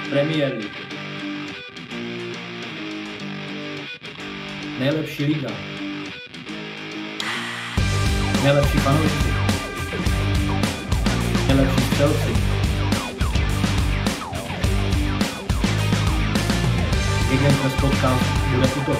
Premier League. Nejlepší liga. Nejlepší fanoušci. Nejlepší střelci. Gegenpress podcast bude tuto.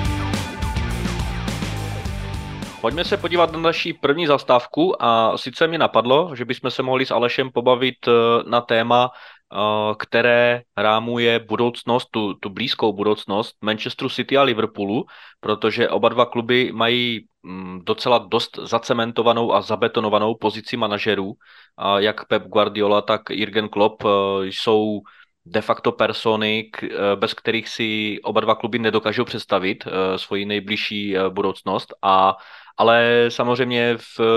Pojďme se podívat na naší první zastávku a sice mi napadlo, že bychom se mohli s Alešem pobavit na téma, které rámuje budoucnost, tu blízkou budoucnost Manchesteru City a Liverpoolu, protože oba dva kluby mají docela dost zacementovanou a zabetonovanou pozici manažerů. Jak Pep Guardiola, tak Jürgen Klopp jsou de facto persony, bez kterých si oba dva kluby nedokážou představit svoji nejbližší budoucnost, ale samozřejmě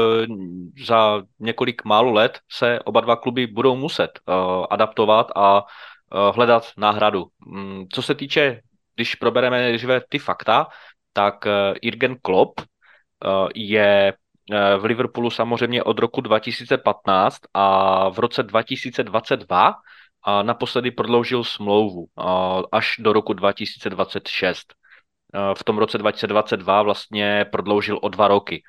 za několik málo let se oba dva kluby budou muset adaptovat a hledat náhradu. Co se týče, když probereme nejdříve ty fakta, tak Jürgen Klopp je v Liverpoolu samozřejmě od roku 2015 a v roce 2022 a naposledy prodloužil smlouvu až do roku 2026. V tom roce 2022 vlastně prodloužil o 2 roky.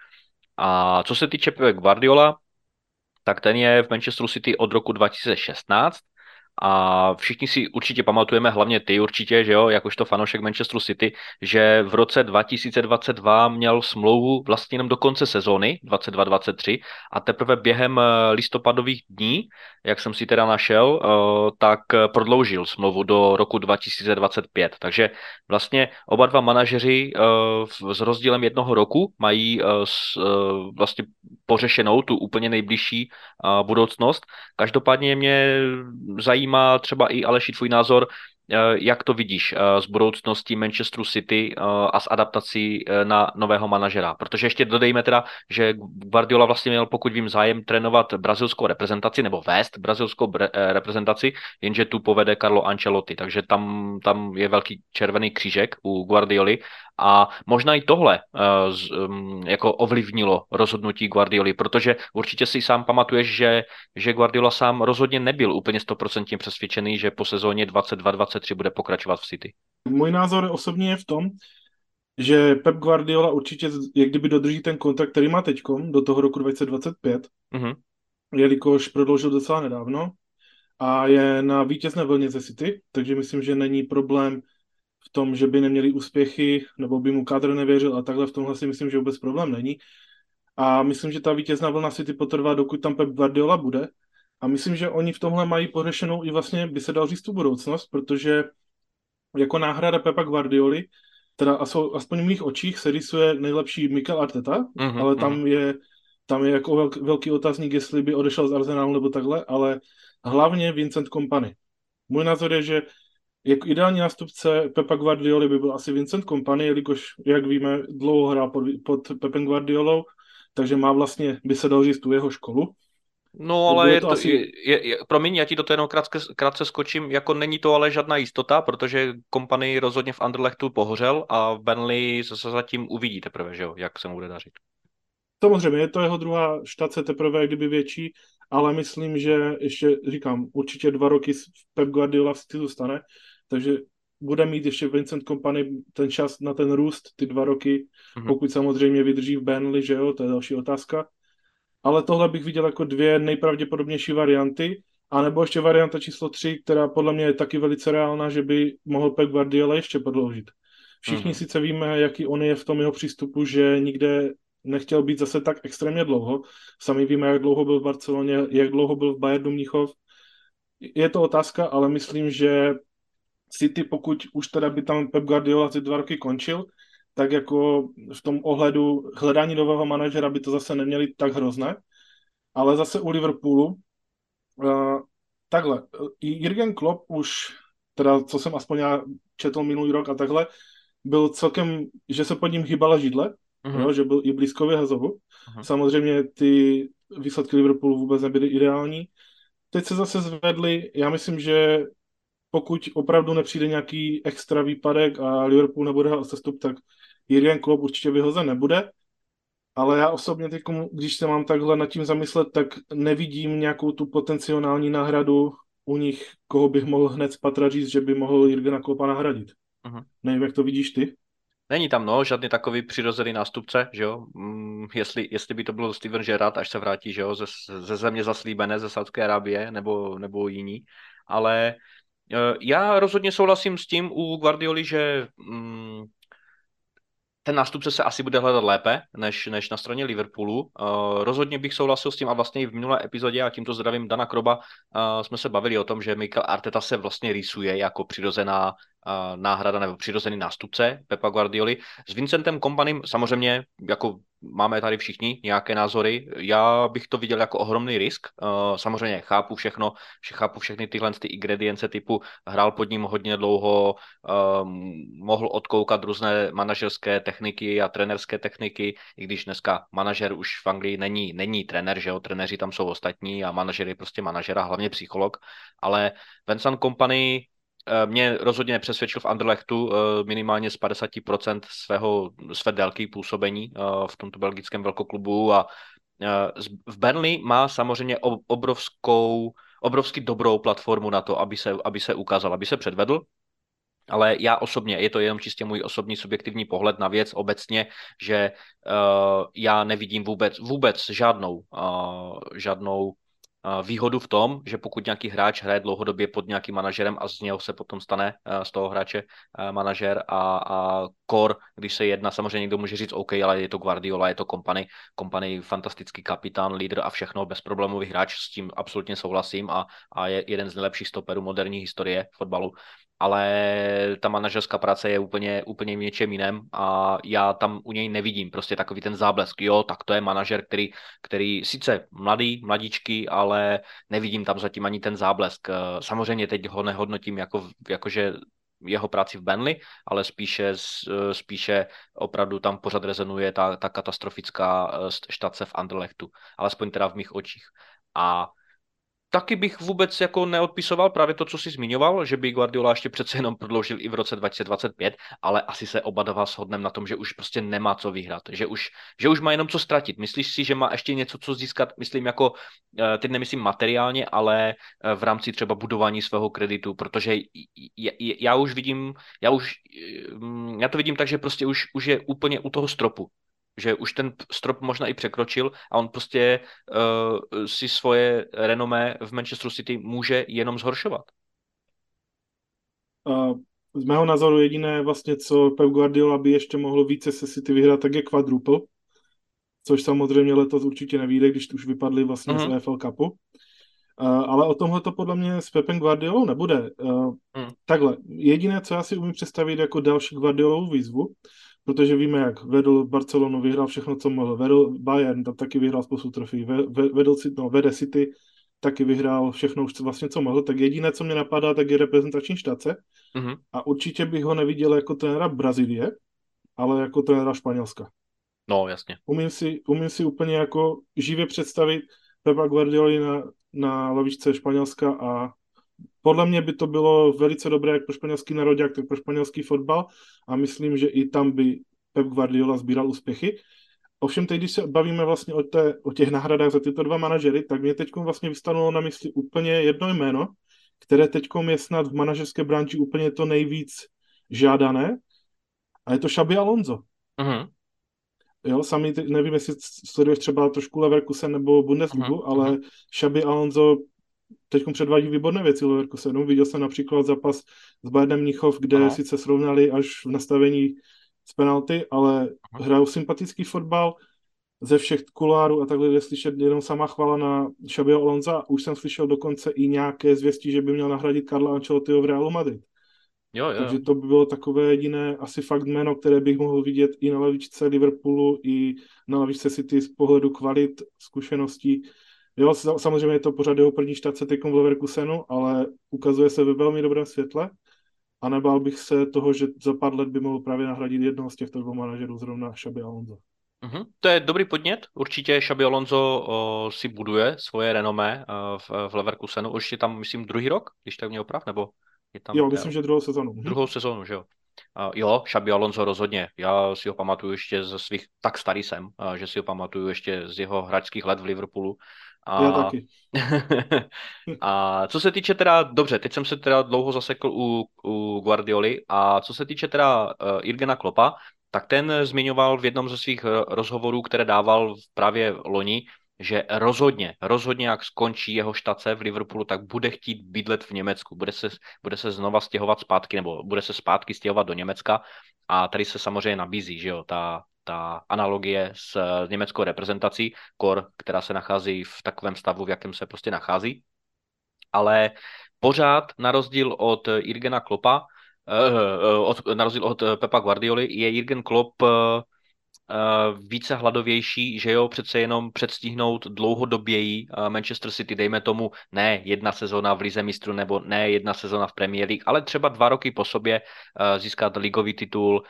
A co se týče Pepe Guardiola, tak ten je v Manchesteru City od roku 2016 a všichni si určitě pamatujeme, hlavně ty určitě, že jo, jakožto fanoušek Manchesteru City, že v roce 2022 měl smlouvu vlastně jenom do konce sezóny 22-23 a teprve během listopadových dní, jak jsem si teda našel, tak prodloužil smlouvu do roku 2025. Takže vlastně oba dva manažeři s rozdílem 1 roku mají vlastně pořešenou tu úplně nejbližší budoucnost. Každopádně mě zajímá třeba i Aleši tvůj názor, jak to vidíš z budoucnosti Manchesteru City a s adaptací na nového manažera. Protože ještě dodejme teda, že Guardiola vlastně měl, pokud vím, zájem trénovat brazilskou reprezentaci nebo vést brazilskou reprezentaci, jenže tu povede Carlo Ancelotti. Takže tam je velký červený křížek u Guardioli a možná i tohle jako ovlivnilo rozhodnutí Guardioli, protože určitě si sám pamatuješ, že Guardiola sám rozhodně nebyl úplně 100% přesvědčený, že po sezóně 22-23 bude pokračovat v City. Můj názor osobně je v tom, že Pep Guardiola určitě, jak kdyby dodrží ten kontrakt, který má teďkom, do toho roku 2025, jelikož prodloužil docela nedávno a je na vítězné vlně ze City, takže myslím, že není problém v tom, že by neměli úspěchy, nebo by mu kádr nevěřil a takhle, v tomhle si myslím, že vůbec problém není. A myslím, že ta vítězná vlna City potrvá, dokud tam Pep Guardiola bude. A myslím, že oni v tomhle mají pořešenou i vlastně, by se dal říct, tu budoucnost, protože jako náhrada Pepa Guardioli, teda aspoň v mých očích se rýsuje nejlepší Mikel Arteta, ale tam je jako velký otazník, jestli by odešel z Arsenalu nebo takhle, ale hlavně Vincent Kompany. Můj názor je, že jako ideální nástupce Pepa Guardioli by byl asi Vincent Kompany, jelikož, jak víme, dlouho hrál pod Pepem Guardiolou, takže má vlastně, by se dal říct, tu jeho školu. No, ale promiň, já ti do toho jenom krátce skočím, jako není to ale žádná jistota, protože Kompany rozhodně v Anderlechtu pohořel a v Burnley se zatím uvidí teprve, že jo, jak se mu bude dařit. Samozřejmě, je to jeho druhá štace teprve kdyby větší, ale myslím, že ještě, říkám, určitě 2 roky Pep Guardiola v City zůstane, takže bude mít ještě Vincent Kompany ten čas na ten růst, ty 2 roky, pokud samozřejmě vydrží v Burnley, že jo, to je další otázka. Ale tohle bych viděl jako 2 nejpravděpodobnější varianty, anebo ještě varianta číslo 3, která podle mě je taky velice reálná, že by mohl Pep Guardiola ještě prodloužit. Všichni sice víme, jaký on je v tom jeho přístupu, že nikde nechtěl být zase tak extrémně dlouho. Sami víme, jak dlouho byl v Barceloně, jak dlouho byl v Bayernu Mnichov. Je to otázka, ale myslím, že City, pokud už teda by tam Pep Guardiola ty 2 roky končil, tak jako v tom ohledu hledání nového manažera by to zase neměli tak hrozné. Ale zase u Liverpoolu takhle. Jürgen Klopp už, teda co jsem aspoň já četl minulý rok a takhle, byl celkem, že se pod ním chybala židle, jo, že byl i blízko vyhazovu. Samozřejmě ty výsledky Liverpoolu vůbec nebyly ideální. Teď se zase zvedli, já myslím, že pokud opravdu nepřijde nějaký extra výpadek a Liverpool nebude hrát sestup, tak Jürgen Klopp určitě vyhozen nebude. Ale já osobně teď, když se mám takhle nad tím zamyslet, tak nevidím nějakou tu potenciální náhradu u nich, koho bych mohl hned spatrat říct, že by mohl Jurgena Kloppa nahradit. Mhm. Nevím, jak to vidíš ty? Není tam žádný takový přirozený nástupce, že jo? Jestli by to byl Steven Gerrard, až se vrátí, že jo, ze země zaslíbené, ze Saudské Arábie, nebo jiní. Ale já rozhodně souhlasím s tím u Guardioli, že ten nástupce se asi bude hledat lépe, než na straně Liverpoolu. Rozhodně bych souhlasil s tím a vlastně i v minulé epizodě, a tímto zdravím Dana Kroba, jsme se bavili o tom, že Mikel Arteta se vlastně rýsuje jako přirozená náhrada nebo přirozený nástupce Pepa Guardioli. S Vincentem Kompanym samozřejmě jako máme tady všichni nějaké názory. Já bych to viděl jako ohromný risk. Samozřejmě chápu všechny tyhle ingredience typu hrál pod ním hodně dlouho, mohl odkoukat různé manažerské techniky a trenerské techniky, i když dneska manažer už v Anglii není trenér, že jo, trenéři tam jsou ostatní a manažer je prostě manažer a hlavně psycholog, ale Vincent Kompany mě rozhodně nepřesvědčil v Anderlechtu minimálně z 50% své délky působení v tomto belgickém velkoklubu a v Burnley má samozřejmě obrovsky dobrou platformu na to, aby se ukázal, aby se předvedl. Ale já osobně, je to jenom čistě můj osobní subjektivní pohled na věc obecně, že já nevidím vůbec žádnou výhodu v tom, že pokud nějaký hráč hraje dlouhodobě pod nějakým manažerem a z něho se potom stane z toho hráče manažer a core, když se jedná, samozřejmě někdo může říct OK, ale je to Guardiola, je to Kompany fantastický kapitán, lídr a všechno, bezproblémový hráč, s tím absolutně souhlasím a je jeden z nejlepších stoperů moderní historie fotbalu. Ale ta manažerská práce je úplně v něčem jiném a já tam u něj nevidím prostě takový ten záblesk. Jo, tak to je manažer, který sice mladíčky, ale nevidím tam zatím ani ten záblesk. Samozřejmě teď ho nehodnotím jakože jeho práci v Burnley, ale spíše opravdu tam pořád rezonuje ta katastrofická štace v Anderlechtu, alespoň teda v mých očích. A taky bych vůbec jako neodpisoval právě to, co jsi zmiňoval, že by Guardiola ještě přece jenom prodloužil i v roce 2025, ale asi se oba dva shodneme na tom, že už prostě nemá co vyhrát, že už má jenom co ztratit. Myslíš si, že má ještě něco co získat, myslím jako, teď nemyslím materiálně, ale v rámci třeba budování svého kreditu, protože já to vidím tak, že prostě už je úplně u toho stropu. Že už ten strop možná i překročil a on prostě si svoje renomé v Manchesteru City může jenom zhoršovat. Z mého názoru jediné vlastně, co Pep Guardiola by ještě mohl více se City vyhrát, tak je quadruple, což samozřejmě letos určitě nevíde, když už vypadli vlastně z EFL Cupu. Ale o tomhle to podle mě s Pepem Guardiolou nebude. Takhle, jediné, co já si umím představit jako další Guardiolovou výzvu, protože víme, jak vedl Barcelonu, vyhrál všechno, co mohl, vedl Bayern, tam taky vyhrál spoustu trofí, vede City, taky vyhrál všechno už vlastně, co mohl, tak jediné, co mě napadá, tak je reprezentační štace a určitě bych ho neviděl jako trenéra Brazílie, ale jako trenéra Španělska. No, jasně. Umím si úplně jako živě představit Pepa Guardioli na lavičce Španělska a podle mě by to bylo velice dobré jak pro španělský národák, tak pro španělský fotbal a myslím, že i tam by Pep Guardiola sbíral úspěchy. Ovšem teď, když se bavíme vlastně o těch náhradách za tyto dva manažery, tak mě teď vlastně vystanulo na mysli úplně jedno jméno, které teď je snad v manažerské branži úplně to nejvíc žádané a je to Xabi Alonso. Jo, sami nevím, jestli sleduješ třeba trošku Leverkusen nebo Bundesligu, ale Xabi Alonso teď předvádí výborné věci Leverkusenu. Viděl jsem například zápas s Bayernem Mnichov, kde sice srovnali až v nastavení z penalty, ale hrajou sympatický fotbal ze všech kulárů a takhle je slyšet jenom sama chvála na Xabiho Alonza. Už jsem slyšel dokonce i nějaké zvěsti, že by měl nahradit Carla Ancelottiho v Realu Madrid. Jo. Takže to by bylo takové jediné asi fakt jméno, které bych mohl vidět i na lavičce Liverpoolu, i na lavičce City z pohledu kvalit, zkušeností. Jo, samozřejmě je to pořád jeho první štace teď v Leverkusenu, ale ukazuje se ve velmi dobrém světle a nebál bych se toho, že za pár let by mohl právě nahradit jednoho z těchto dvou manažerů, zrovna Xabi Alonso. To je dobrý podnět. Určitě Xabi Alonso si buduje svoje renomé v Leverkusenu. Už je tam, myslím, druhý rok, když tak mě oprav, nebo je tam... Jo, myslím, že druhou sezonu. Druhou sezonu, že jo. Jo, Xabi Alonso rozhodně. Já si ho pamatuju ještě ze svých, tak starý jsem, že si ho pamatuju ještě z jeho hráčských let v Liverpoolu. Já A, taky. a co se týče teda, dobře, teď jsem se teda dlouho zasekl u Guardioli a co se týče teda Jurgena Kloppa, tak ten zmiňoval v jednom ze svých rozhovorů, které dával právě loni, že rozhodně, jak skončí jeho štace v Liverpoolu, tak bude chtít bydlet v Německu. Bude se znova stěhovat zpátky, nebo bude se zpátky stěhovat do Německa. A tady se samozřejmě nabízí, že jo, ta analogie s německou reprezentací, která se nachází v takovém stavu, v jakém se prostě nachází. Ale pořád, na rozdíl od Jurgena Kloppa, na rozdíl od Pepa Guardioli, je Jurgen Klopp více hladovější, že jo, přece jenom předstihnout dlouhodoběji Manchester City, dejme tomu ne jedna sezóna v Lize mistrů nebo ne jedna sezóna v Premier League, ale třeba 2 roky po sobě získat ligový titul.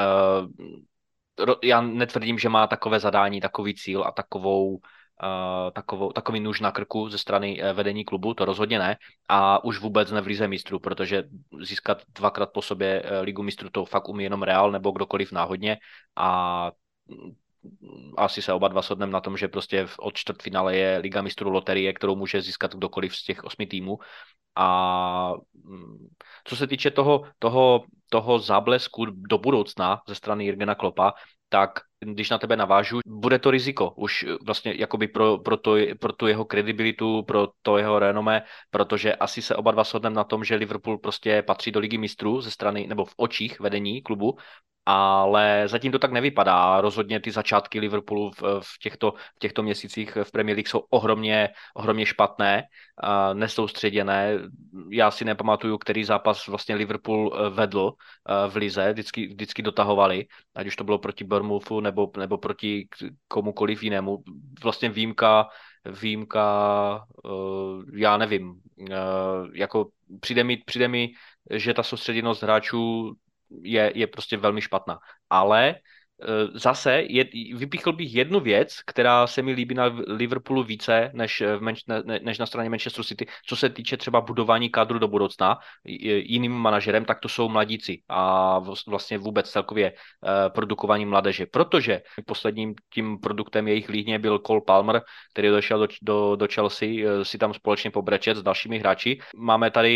Já netvrdím, že má takové zadání, takový cíl a takový nůž na krku ze strany vedení klubu, to rozhodně ne. A už vůbec ne v Lize mistrů, protože získat 2krát po sobě Ligu mistrů to fakt umí jenom Real nebo kdokoliv náhodně a asi se oba dva shodneme na tom, že prostě od čtvrtfinále je Liga mistrů loterie, kterou může získat kdokoliv z těch 8 týmů. A co se týče toho záblesku do budoucna ze strany Jurgena Kloppa, tak když na tebe navážu, bude to riziko už vlastně jakoby pro tu jeho kredibilitu, pro to jeho renomé, protože asi se oba dva shodneme na tom, že Liverpool prostě patří do Ligy mistrů ze strany nebo v očích vedení klubu, ale zatím to tak nevypadá. Rozhodně ty začátky Liverpoolu v těchto měsících v Premier League jsou ohromně špatné, nesoustředěné. Já si nepamatuju, který zápas vlastně Liverpool vedl v lize, vždycky dotahovali, ať už to bylo proti Bournemouthu nebo proti komukoliv jinému. Vlastně výjimka, já nevím, jako přijde mi, že ta soustředěnost hráčů je prostě velmi špatná. Ale zase vypíchl bych jednu věc, která se mi líbí na Liverpoolu více než na straně Manchester City, co se týče třeba budování kádru do budoucna jiným manažerem, tak to jsou mladíci a vlastně vůbec celkově produkování mládeže. Protože posledním tím produktem jejich líhně byl Cole Palmer, který došel do Chelsea si tam společně pobrečet s dalšími hráči. Máme tady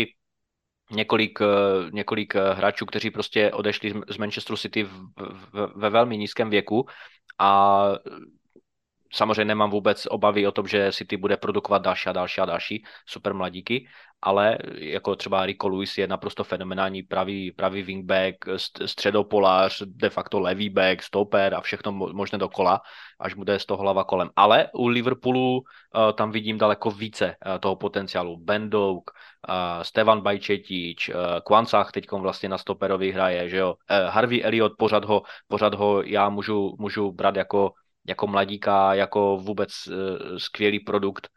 několik hráčů, kteří prostě odešli z Manchesteru City ve velmi nízkém věku a samozřejmě nemám vůbec obavy o tom, že City bude produkovat další super mladíky, ale jako třeba Rico Lewis je naprosto fenomenální pravý wingback, středopolář, de facto levý back, stoper a všechno možné dokola, až bude z toho hlava kolem. Ale u Liverpoolu tam vidím daleko více toho potenciálu. Ben Doak, Stevan Bajčetič, Kvansach teďkom vlastně na stoperovi hraje, že jo. Harvey Elliott pořád ho já můžu brát jako mladíka, jako vůbec skvělý produkt,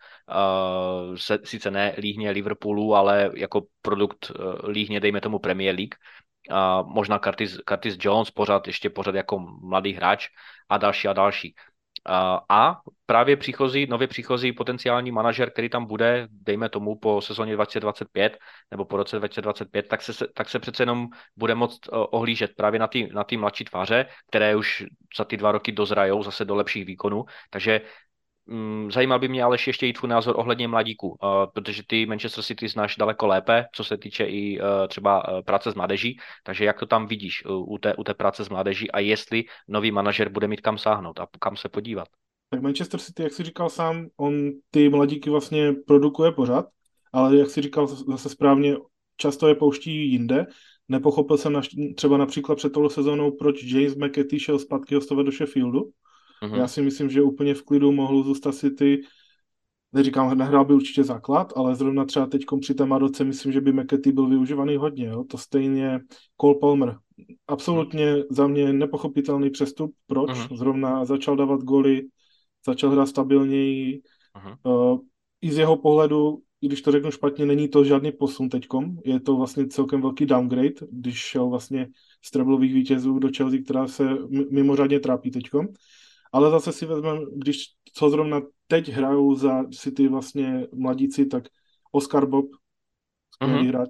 sice ne líhně Liverpoolu, ale jako produkt líhně, dejme tomu Premier League. Možná Curtis Jones ještě pořád jako mladý hráč a další. A právě nově příchozí potenciální manažer, který tam bude, dejme tomu po sezóně 2025 nebo po roce 2025, tak se přece jenom bude moct ohlížet právě na ty mladší tváře, které už za ty 2 roky dozrajou zase do lepších výkonů. Takže zajímal by mě ale ještě i tvůj názor ohledně mladíků, protože ty Manchester City znáš daleko lépe, co se týče i třeba práce s mládeží, takže jak to tam vidíš u té práce s mládeží a jestli nový manažer bude mít kam sáhnout a kam se podívat? Tak Manchester City, jak jsi říkal sám, on ty mladíky vlastně produkuje pořád, ale jak jsi říkal zase správně, často je pouští jinde. Nepochopil jsem třeba například před tou sezónou, proč James McAtee šel zpátky hostovat do Sheffieldu. Já si myslím, že úplně v klidu mohl zůstat City. Neříkám, nehrál by určitě základ, ale zrovna třeba teď při té Madoce myslím, že by McAtee byl využívaný hodně. Jo? To stejně Cole Palmer. Absolutně za mě nepochopitelný přestup. Proč? Zrovna začal dávat góly, začal hrát stabilněji. I z jeho pohledu, i když to řeknu špatně, není to žádný posun teďkom. Je to vlastně celkem velký downgrade, když šel vlastně z treblových vítězů do Chelsea, která se mimořádně trápí teďkom. Ale zase si vezmeme, co zrovna teď hrajou za City vlastně mladíci, tak Oscar Bob, skvělý hráč.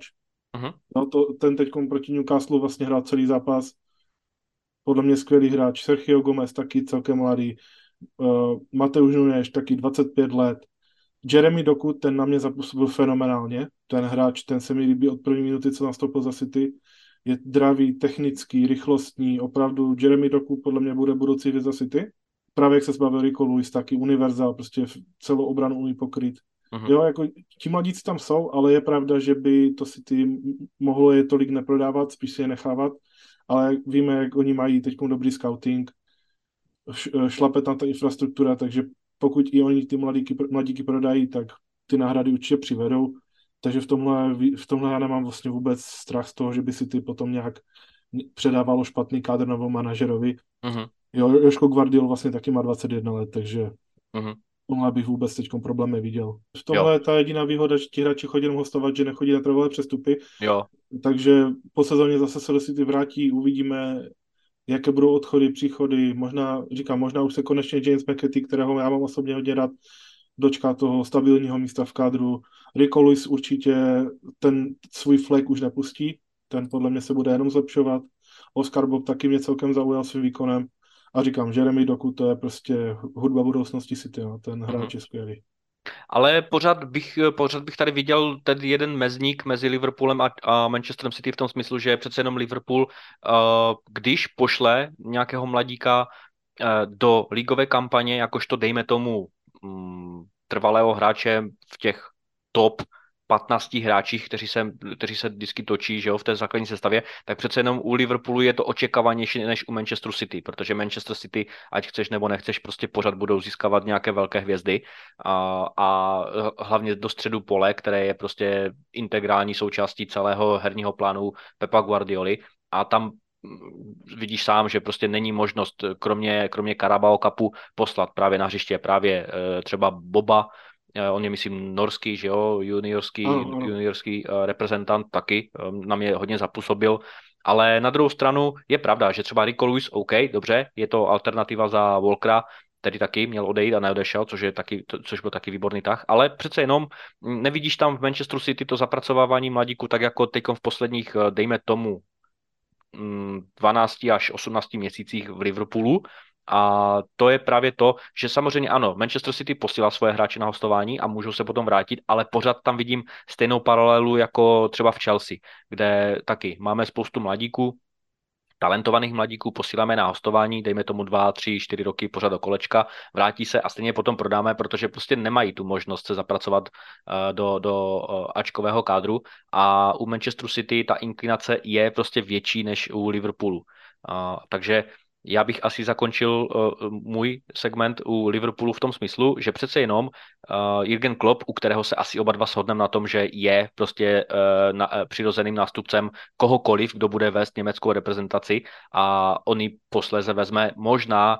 Uh-huh. No ten teď proti Newcastle vlastně hrál celý zápas. Podle mě skvělý hráč. Sergio Gomez taky celkem mladý. Mateusz Nunes taky 25 let. Jeremy Doku, ten na mě zapůsobil fenomenálně. Ten hráč, ten se mi líbí od první minuty, co nastoupil za City. Je dravý, technický, rychlostní. Opravdu Jeremy Doku podle mě bude budoucí hvězda City. Právě jak se zbavil Rico Lewis, taky univerzál, prostě celou obranu umí pokryt. Uh-huh. Jo, jako ti mladíci tam jsou, ale je pravda, že by to City mohlo je tolik neprodávat, spíš si je nechávat, ale víme, jak oni mají teď dobrý scouting, šlape tam ta infrastruktura, takže pokud i oni ty mladíky prodají, tak ty náhrady určitě přivedou. Takže v tomhle já nemám vlastně vůbec strach z toho, že by City potom nějak předávalo špatný kádr novému manažerovi. Uh-huh. Jo, Jožko Gvardiol vlastně taky má 21 let, takže tomhle bych vůbec teď problém neviděl. V tomhle je ta jediná výhoda, že ti hráči chodí jenom hostovat, že nechodí na trvalé přestupy. Jo. Takže po sezóně zase se do City vrátí, uvidíme, jaké budou odchody, příchody. Možná už se konečně James McAtee, kterého já mám osobně hodně rád, dočká toho stabilního místa v kádru. Rico Lewis určitě ten svůj flek už nepustí, ten podle mě se bude jenom zlepšovat. Oscar Bob taky mě celkem zaujal svým výkonem. A říkám, Jeremy Doku, to je prostě hudba budoucnosti City, no. Ten hráč je skvělý. Ale pořád bych tady viděl ten jeden mezník mezi Liverpoolem a Manchesterem City v tom smyslu, že přece jenom Liverpool, když pošle nějakého mladíka do ligové kampaně, jakožto dejme tomu trvalého hráče v těch top 15 hráčích, kteří se vždycky točí, že jo, v té základní sestavě, tak přece jenom u Liverpoolu je to očekávanější než u Manchesteru City, protože Manchester City, ať chceš nebo nechceš, prostě pořád budou získávat nějaké velké hvězdy a hlavně do středu pole, které je prostě integrální součástí celého herního plánu Pepa Guardioli a tam vidíš sám, že prostě není možnost kromě Carabao Cupu poslat právě na hřiště právě třeba Boba, on je, myslím, norský, že jo, juniorský reprezentant taky, na mě hodně zapůsobil, ale na druhou stranu je pravda, že třeba Rico Lewis, OK, dobře, je to alternativa za Walkera, který taky měl odejít a neodešel, což byl taky výborný tah, ale přece jenom nevidíš tam v Manchesteru City to zapracovávání mladíku tak jako teďkom v posledních, dejme tomu, 12 až 18 měsících v Liverpoolu. A to je právě to, že samozřejmě ano, Manchester City posílá svoje hráče na hostování a můžou se potom vrátit, ale pořád tam vidím stejnou paralelu jako třeba v Chelsea, kde taky máme spoustu mladíků, talentovaných mladíků, posíláme na hostování, dejme tomu 2, 3, 4 roky pořád do kolečka, vrátí se a stejně potom prodáme, protože prostě nemají tu možnost se zapracovat do ačkového kádru a u Manchesteru City ta inklinace je prostě větší než u Liverpoolu. Takže já bych asi zakončil můj segment u Liverpoolu v tom smyslu, že přece jenom Jürgen Klopp, u kterého se asi oba dva shodneme na tom, že je prostě přirozeným nástupcem kohokoliv, kdo bude vést německou reprezentaci a on ji posléze vezme možná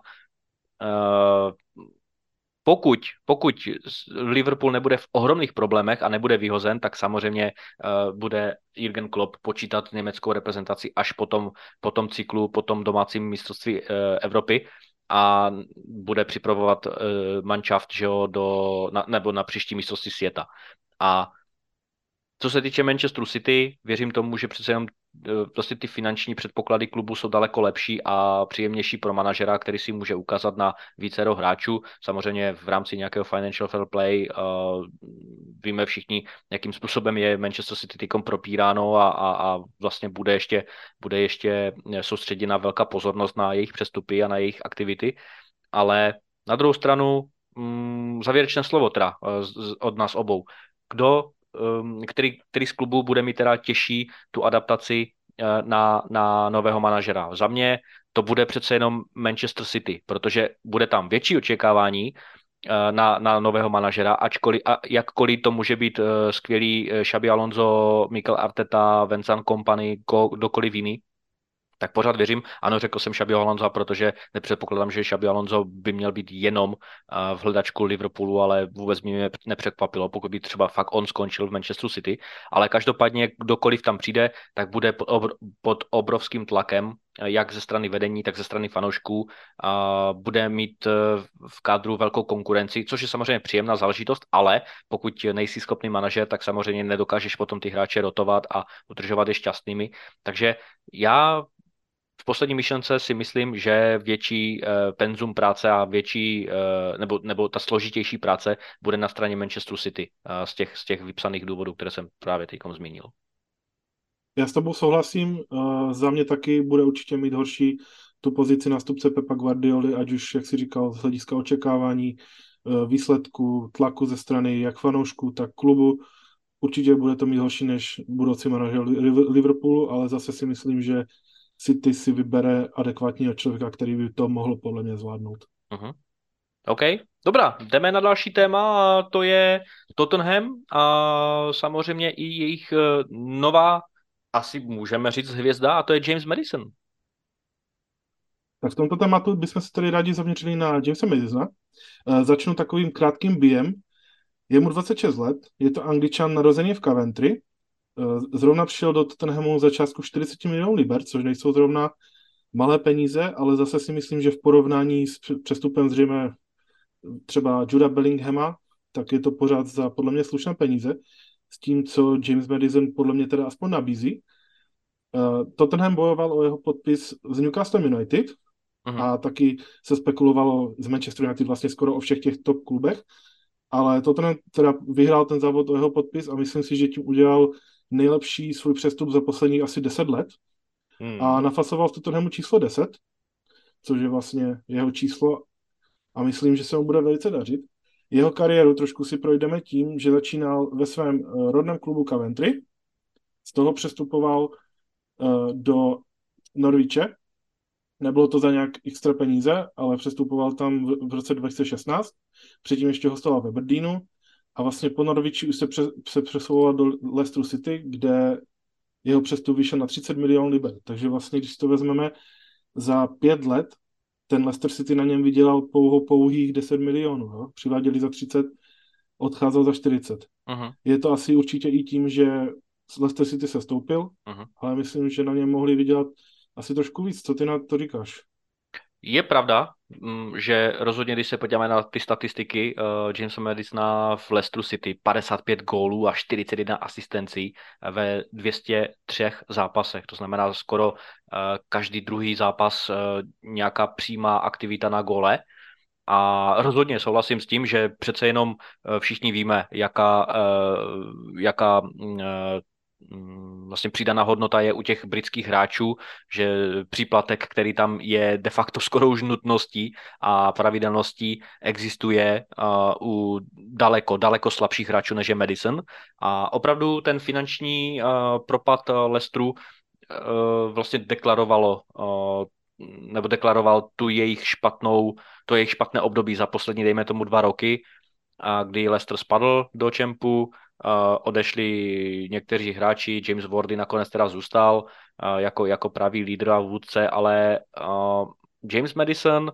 pokud Liverpool nebude v ohromných problémech a nebude vyhozen, tak samozřejmě bude Jürgen Klopp počítat německou reprezentaci až po tom cyklu, po tom domácím mistrovství Evropy a bude připravovat manšaft, že jo, nebo na příští mistrovství světa. A co se týče Manchesteru City, věřím tomu, že přece jenom prostě ty finanční předpoklady klubu jsou daleko lepší a příjemnější pro manažera, který si může ukázat na vícero hráčů. Samozřejmě v rámci nějakého financial fair play víme všichni, jakým způsobem je Manchester City tykom propíráno a vlastně bude ještě soustředěna velká pozornost na jejich přestupy a na jejich aktivity. Ale na druhou stranu závěrečné slovo teda od nás obou. Který z klubů bude mít teda těžší tu adaptaci na nového manažera. Za mě to bude přece jenom Manchester City, protože bude tam větší očekávání na nového manažera, jakkoliv to může být skvělý Xabi Alonso, Mikel Arteta, Vincent Kompany, kdokoliv jiný, tak pořád věřím, ano, řekl jsem Xabi Alonso, protože nepředpokládám, že Xabi Alonso by měl být jenom v hledačku Liverpoolu, ale vůbec mě nepřekvapilo, pokud by třeba fakt on skončil v Manchesteru City, ale každopádně kdokoliv tam přijde, tak bude pod obrovským tlakem jak ze strany vedení, tak ze strany fanoušků. Bude mít v kádru velkou konkurenci, což je samozřejmě příjemná záležitost, ale pokud nejsi schopný manažer, tak samozřejmě nedokážeš potom ty hráče rotovat a udržovat je šťastnými. Takže já v poslední myšlence si myslím, že větší penzum práce a větší, nebo ta složitější práce bude na straně Manchesteru City z těch vypsaných důvodů, které jsem právě teď zmínil. Já s tebou souhlasím, za mě taky bude určitě mít horší tu pozici nástupce Pepa Guardioli, ať už, jak si říkal, z hlediska očekávání, výsledku, tlaku ze strany jak fanoušků, tak klubu. Určitě bude to mít horší než budoucí manažer Liverpoolu, ale zase si myslím, že City si vybere adekvátního člověka, který by to mohl podle mě zvládnout. Uh-huh. OK, dobrá, jdeme na další téma a to je Tottenham a samozřejmě i jejich nová, asi můžeme říct hvězda, a to je James Maddison. Tak v tomto tématu bychom se tedy rádi zaměřili na Jamesa Madisona. Začnu takovým krátkým bijem. Je mu 26 let, je to Angličan narozený v Coventry. Zrovna přišel do Tottenhamu za částku 40 milionů liber, což nejsou zrovna malé peníze, ale zase si myslím, že v porovnání s přestupem zřejmě třeba Juda Bellinghama, tak je to pořád za podle mě slušné peníze, s tím, co James Maddison podle mě teda aspoň nabízí. Tottenham bojoval o jeho podpis z Newcastle United a taky se spekulovalo z Manchester United vlastně skoro o všech těch top klubech, ale Tottenham teda vyhrál ten závod o jeho podpis a myslím si, že tím udělal nejlepší svůj přestup za posledních asi 10 let a nafasoval v Tottenhamu číslo 10, což je vlastně jeho číslo a myslím, že se mu bude velice dařit. Jeho kariéru trošku si projdeme tím, že začínal ve svém rodném klubu Coventry, z toho přestupoval do Norwiche. Nebylo to za nějak extra peníze, ale přestupoval tam v roce 2016. Předtím ještě hostoval ve Aberdéenu a vlastně po Norwichi už se přesouval do Leicesteru City, kde jeho přestup vyšel na 30 milionů liber. Takže vlastně, když to vezmeme za 5 let, ten Leicester City na něm vydělal pouhých 10 milionů. Jo? Přiváděli za 30, odcházel za 40. Je to asi určitě i tím, že Leicester City se stoupil, ale myslím, že na něm mohli vydělat asi trošku víc. Co ty na to říkáš? Je pravda, že rozhodně, když se podíváme na ty statistiky Jamesa Maddisona v Leicesteru City, 55 gólů a 41 asistencí ve 203 zápasech. To znamená skoro každý druhý zápas nějaká přímá aktivita na góle. A rozhodně souhlasím s tím, že přece jenom všichni víme, jaká vlastně přidaná hodnota je u těch britských hráčů, že příplatek, který tam je de facto skoro už nutností a pravidelností, existuje u daleko slabších hráčů než je Maddison. A opravdu ten finanční propad Leicesteru vlastně deklaroval to jejich špatné období za poslední, dejme tomu 2 roky, kdy Leicester spadl do čempu, odešli někteří hráči, James Wardy nakonec teda zůstal jako pravý lídr a vůdce, ale James Maddison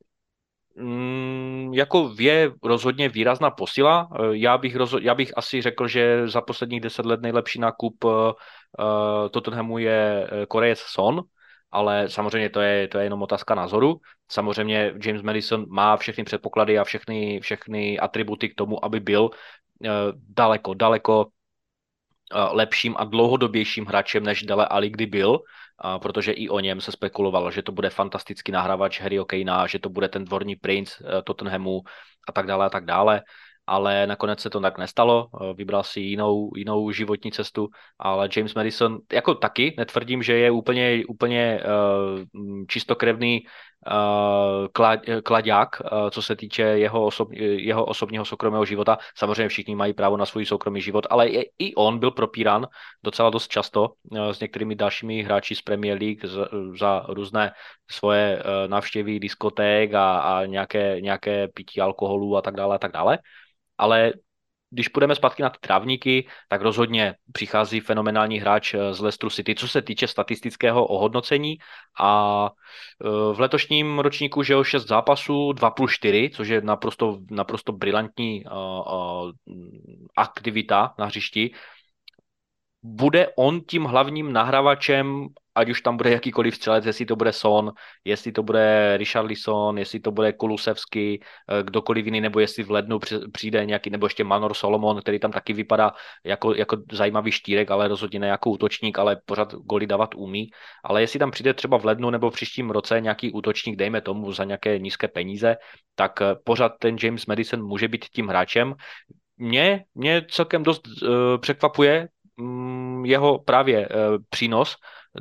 jako je rozhodně výrazná posila. Já bych asi řekl, že za posledních 10 let nejlepší nákup Tottenhamu je Korejec Son, ale samozřejmě to je jenom otázka názoru. Samozřejmě James Maddison má všechny předpoklady a všechny atributy k tomu, aby byl daleko lepším a dlouhodobějším hráčem, než Dele Alli kdy byl, protože i o něm se spekulovalo, že to bude fantastický nahrávač Harryho Kanea, že to bude ten dvorní princ Tottenhamu a tak dále. Ale nakonec se to tak nestalo, vybral si jinou životní cestu, ale James Maddison, jako taky, netvrdím, že je úplně čistokrevný klaďák, co se týče jeho osobního soukromého života. Samozřejmě všichni mají právo na svůj soukromý život, ale i on byl propíran docela dost často s některými dalšími hráči z Premier League za různé svoje návštěvy diskoték a nějaké pití alkoholu a tak dále. Ale když půjdeme zpátky na ty trávníky, tak rozhodně přichází fenomenální hráč z Leicesteru City, co se týče statistického ohodnocení a v letošním ročníku, že 6 zápasů, 2+4, což je naprosto brilantní aktivita na hřišti. bude on tím hlavním nahrávačem, ať už tam bude jakýkoliv střelec, jestli to bude Son, jestli to bude Richarlison, jestli to bude Kulusevský, kdokoliv jiný, nebo jestli v lednu přijde nějaký, nebo ještě Manor Solomon, který tam taky vypadá jako zajímavý štírek, ale rozhodně ne jako útočník, ale pořád goly dávat umí. Ale jestli tam přijde třeba v lednu nebo v příštím roce nějaký útočník, dejme tomu za nějaké nízké peníze, tak pořád ten James Maddison může být tím hráčem. Mě celkem dost překvapuje jeho právě přínos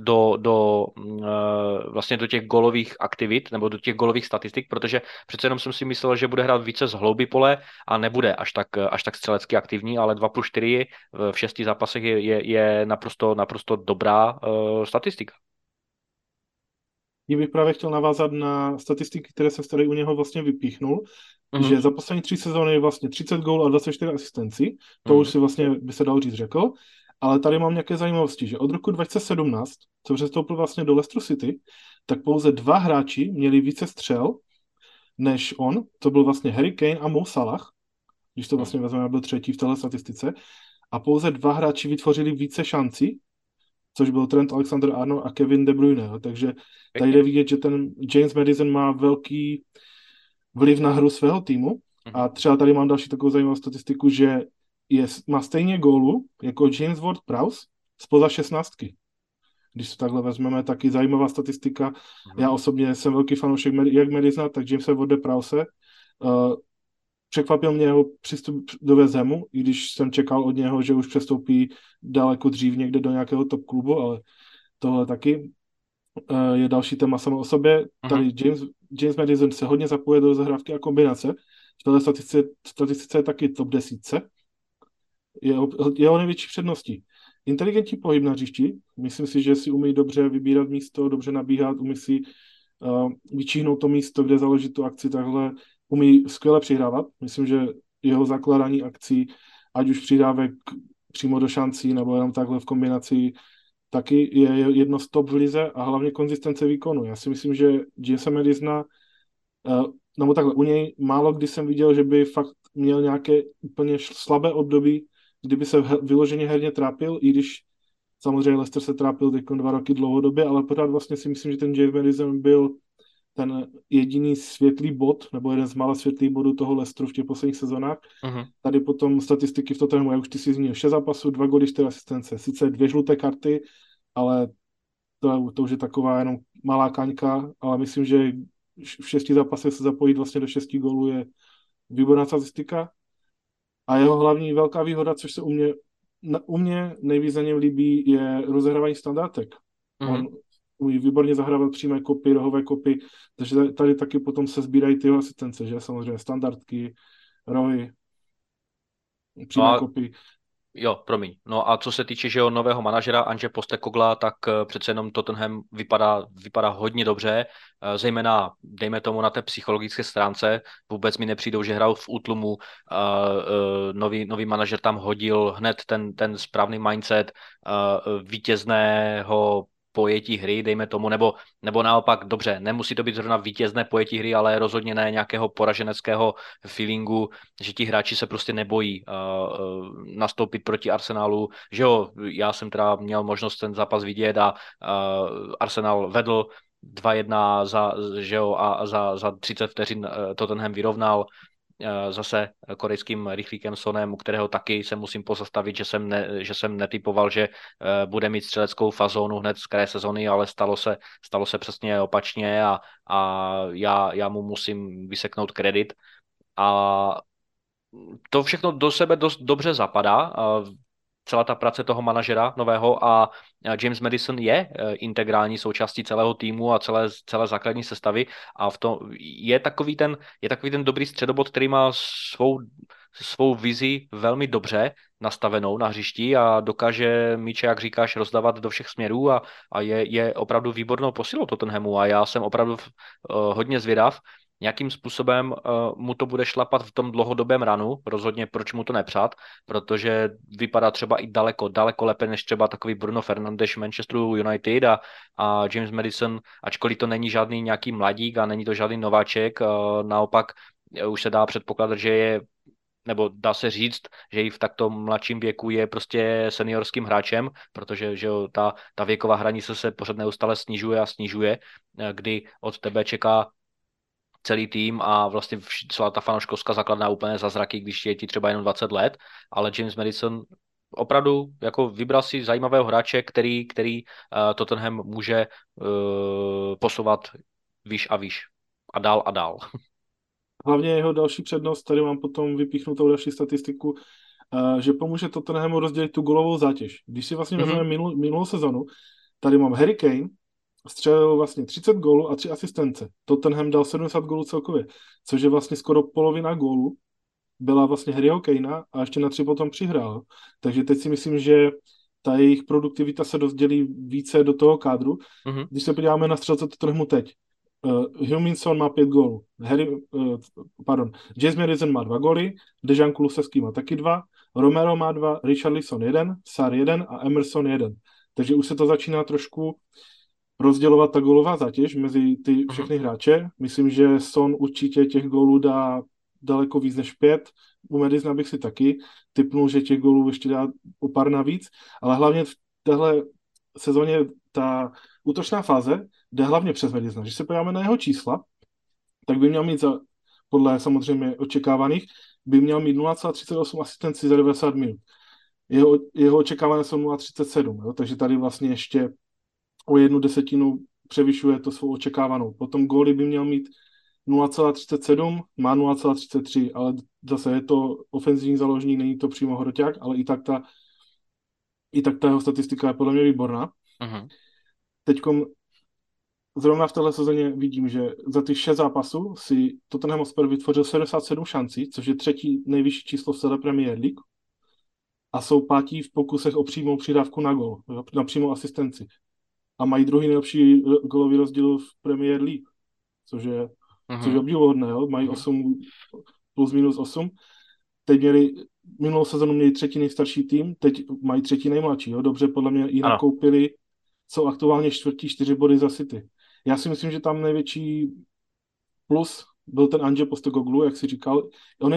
vlastně do těch golových aktivit nebo do těch golových statistik, protože přece jenom jsem si myslel, že bude hrát více z hlouby pole a nebude až tak střelecky aktivní, ale 2+4 v 6 zápasech je naprosto dobrá statistika. Bych právě chtěl navázat na statistiky, které se tady u něho vlastně vypíchnul, že za poslední 3 sezóny je vlastně 30 gólů a 24 asistencí, to už si vlastně by se dalo říct řekl, ale tady mám nějaké zajímavosti, že od roku 2017, co přestoupil vlastně do Leicester City, tak pouze 2 hráči měli více střel než on, to byl vlastně Harry Kane a Mo Salah, když to vlastně vezmeme, byl třetí v téhle statistice, a pouze 2 hráči vytvořili více šancí, což byl Trent Alexander-Arnold a Kevin De Bruyne. Takže tady jde vidět, že ten James Maddison má velký vliv na hru svého týmu. A třeba tady mám další takovou zajímavou statistiku, že má stejně gólu jako James Ward-Prowse spoza 16. Když to takhle vezmeme, taky zajímavá statistika. Já osobně jsem velký fanoušek jak Madisona, tak Jamesa Ward-Prowse. Překvapil mě jeho přístup do West Hamu, i když jsem čekal od něho, že už přestoupí daleko dřív někde do nějakého top klubu, ale tohle taky je další téma samo o sobě. Tady James Maddison se hodně zapojuje do zahrávky a kombinace. V této statistice je taky top 10. Jeho největší předností. Inteligentní pohyb na hřišti. Myslím si, že si umí dobře vybírat místo, dobře nabíhat, umí si vyčíhnout to místo, kde založit tu akci, takhle umí skvěle přihrávat. Myslím, že jeho zakládání akcí, ať už přihrávek přímo do šancí, nebo jenom takhle v kombinaci, taky je jedno z top v lize a hlavně konzistence výkonu. Já si myslím, že Jamesa Madisona, nebo takhle, u něj málo kdy jsem viděl, že by fakt měl nějaké úplně slabé období, kdyby se vyloženě herně trápil, i když samozřejmě Leicester se trápil teď 2 roky dlouhodobě, ale pořád vlastně si myslím, že ten James Maddison byl ten jediný světlý bod, nebo jeden z mála světlých bodů toho Leicesteru v těch posledních sezónách. Tady potom statistiky v Tottenhamu, jak už ty si zmínil, 6 zápasů, 2 góly, 4 asistence. Sice 2 žluté karty, ale to už je taková jenom malá kaňka, ale myslím, že v 6 zápasech se zapojit vlastně do 6 gólů je výborná statistika. A jeho hlavní velká výhoda, což se u mě nejvíc za něm líbí, je rozehrávání standardek. On umí výborně zahrávat přímé kopy, rohové kopy, takže tady taky potom se sbírají ty jeho asistence, že? Samozřejmě standardky, rohy, přímé kopy. Jo, promiň. No a co se týče že nového manažera Ange Postecoglua, tak přece jenom Tottenham vypadá hodně dobře, zejména dejme tomu na té psychologické stránce. Vůbec mi nepřijdou, že hrál v útlumu. Nový manažer tam hodil hned ten správný mindset vítězného pojetí hry, dejme tomu, nebo naopak, dobře, nemusí to být zrovna vítězné pojetí hry, ale rozhodně ne nějakého poraženeckého feelingu, že ti hráči se prostě nebojí nastoupit proti Arsenalu, že jo, já jsem teda měl možnost ten zápas vidět a Arsenal vedl 2-1 a za 30 vteřin Tottenham vyrovnal zase korejským rychlíkem Sonem, u kterého taky se musím pozastavit, že jsem netypoval, že bude mít střeleckou fazónu hned z kraje sezony, ale stalo se přesně opačně a já mu musím vyseknout kredit. A to všechno do sebe dost dobře zapadá, celá ta práce toho manažera nového, a James Maddison je integrální součástí celého týmu a celé základní sestavy a v tom je takový ten dobrý středobod, který má svou vizi velmi dobře nastavenou na hřišti a dokáže míče, jak říkáš, rozdávat do všech směrů a je opravdu výbornou posilou Tottenhamu a já jsem opravdu hodně zvědav, nějakým způsobem mu to bude šlapat v tom dlouhodobém ranu, rozhodně proč mu to nepřát, protože vypadá třeba i daleko lépe než třeba takový Bruno Fernandes Manchesteru United a James Maddison, ačkoliv to není žádný nějaký mladík a není to žádný nováček, naopak už se dá předpokládat, že je nebo dá se říct, že i v takto mladším věku je prostě seniorským hráčem, protože že jo, ta věková hranice se pořád neustále snižuje a snižuje, kdy od tebe čeká celý tým a vlastně celá ta fanouškovská základna úplně za zraky, když je ti třeba jenom 20 let, ale James Maddison opravdu jako vybral si zajímavého hráče, který Tottenham může posouvat výš a výš a dál a dál. Hlavně jeho další přednost, tady mám potom vypíchnutou další statistiku, že pomůže Tottenhamu rozdělit tu golovou zátěž. Když si vlastně vezmeme minulou sezonu, tady mám Harry Kane, střelil vlastně 30 gólů a 3 asistence. Tottenham dal 70 gólů celkově, což je vlastně skoro polovina gólů byla vlastně Harryho Kanea a ještě na 3 potom přihrál. Takže teď si myslím, že ta jejich produktivita se rozdělí více do toho kádru. Když se podíváme na střelce Tottenhamu teď, Huminson má 5 gólů, James Maddison má 2 góly, Dejan Kulusevský má taky 2, Romero má 2, Richarlison 1, Sarr 1 a Emerson 1. Takže už se to začíná trošku rozdělovat ta gólová zátěž mezi ty všechny hráče. Myslím, že Son určitě těch gólů dá daleko víc než 5. U Madisona bych si taky tipnul, že těch gólů ještě dá o pár navíc, ale hlavně v téhle sezóně ta útočná fáze jde hlavně přes Madisona. Když se podíváme na jeho čísla, tak by měl mít podle samozřejmě očekávaných, by měl mít 0,38 asistenci za 90 minut. Jeho očekávané jsou 0,37, jo? Takže tady vlastně ještě o 1/10 převyšuje to svou očekávanou. Potom góly by měl mít 0,37, má 0,33, ale zase je to ofenzivní záložník, není to přímo hroťák, ale i tak ta jeho statistika je podle mě výborná. Teďkom zrovna v téhle sezóně vidím, že za ty 6 zápasů si Tottenham Hotspur vytvořil 77 šancí, což je 3. nejvyšší číslo v celé Premier League a jsou 5. v pokusech o přímou přidávku na gol, na přímou asistenci. A mají 2. nejlepší golový rozdíl v Premier League, což je obdivuhodné, jo? Mají 8 plus minus 8. Teď minulou sezonu měli 3. nejstarší tým, teď mají 3. nejmladší, jo? Dobře, podle mě i nakoupili, jsou aktuálně 4. body za City. Já si myslím, že tam největší plus byl ten Ange Postecoglou, jak si říkal.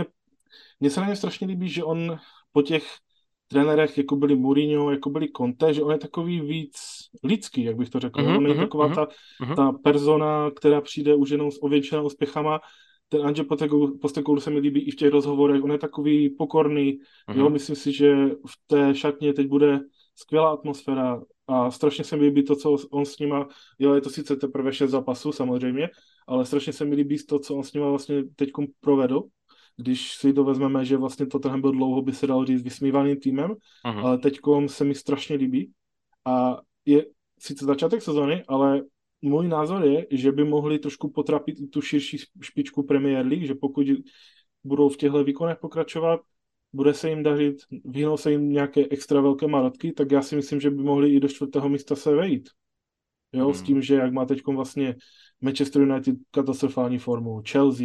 Mně se na něm strašně líbí, že on po těch trenérech, jako byli Mourinho, jako byli Conte, že on je takový víc lidský, jak bych to řekl. On je taková ta persona, která přijde už jenom s ovětšenou úspěchama. Ten Ange Postecoglou se mi líbí i v těch rozhovorech. On je takový pokorný. Jo, myslím si, že v té šatně teď bude skvělá atmosféra a strašně se mi líbí to, co on s nima, jo, je to sice teprve 6 zápasů samozřejmě, ale strašně se mi líbí to, co on s nima vlastně teď provedl. Když si to vezmeme, že vlastně Tottenham byl dlouho, by se dalo říct, vysmívaným týmem, ale teďkom se mi strašně líbí. A je sice začátek sezony, ale můj názor je, že by mohli trošku potrapit i tu širší špičku Premier League, že pokud budou v těchto výkonech pokračovat, bude se jim dařit, vyhnou se jim nějaké extra velké marotky, tak já si myslím, že by mohli i do 4. místa se vejít. Jo, s tím, že jak má teďkom vlastně Manchester United katastrofální formu, Chelsea,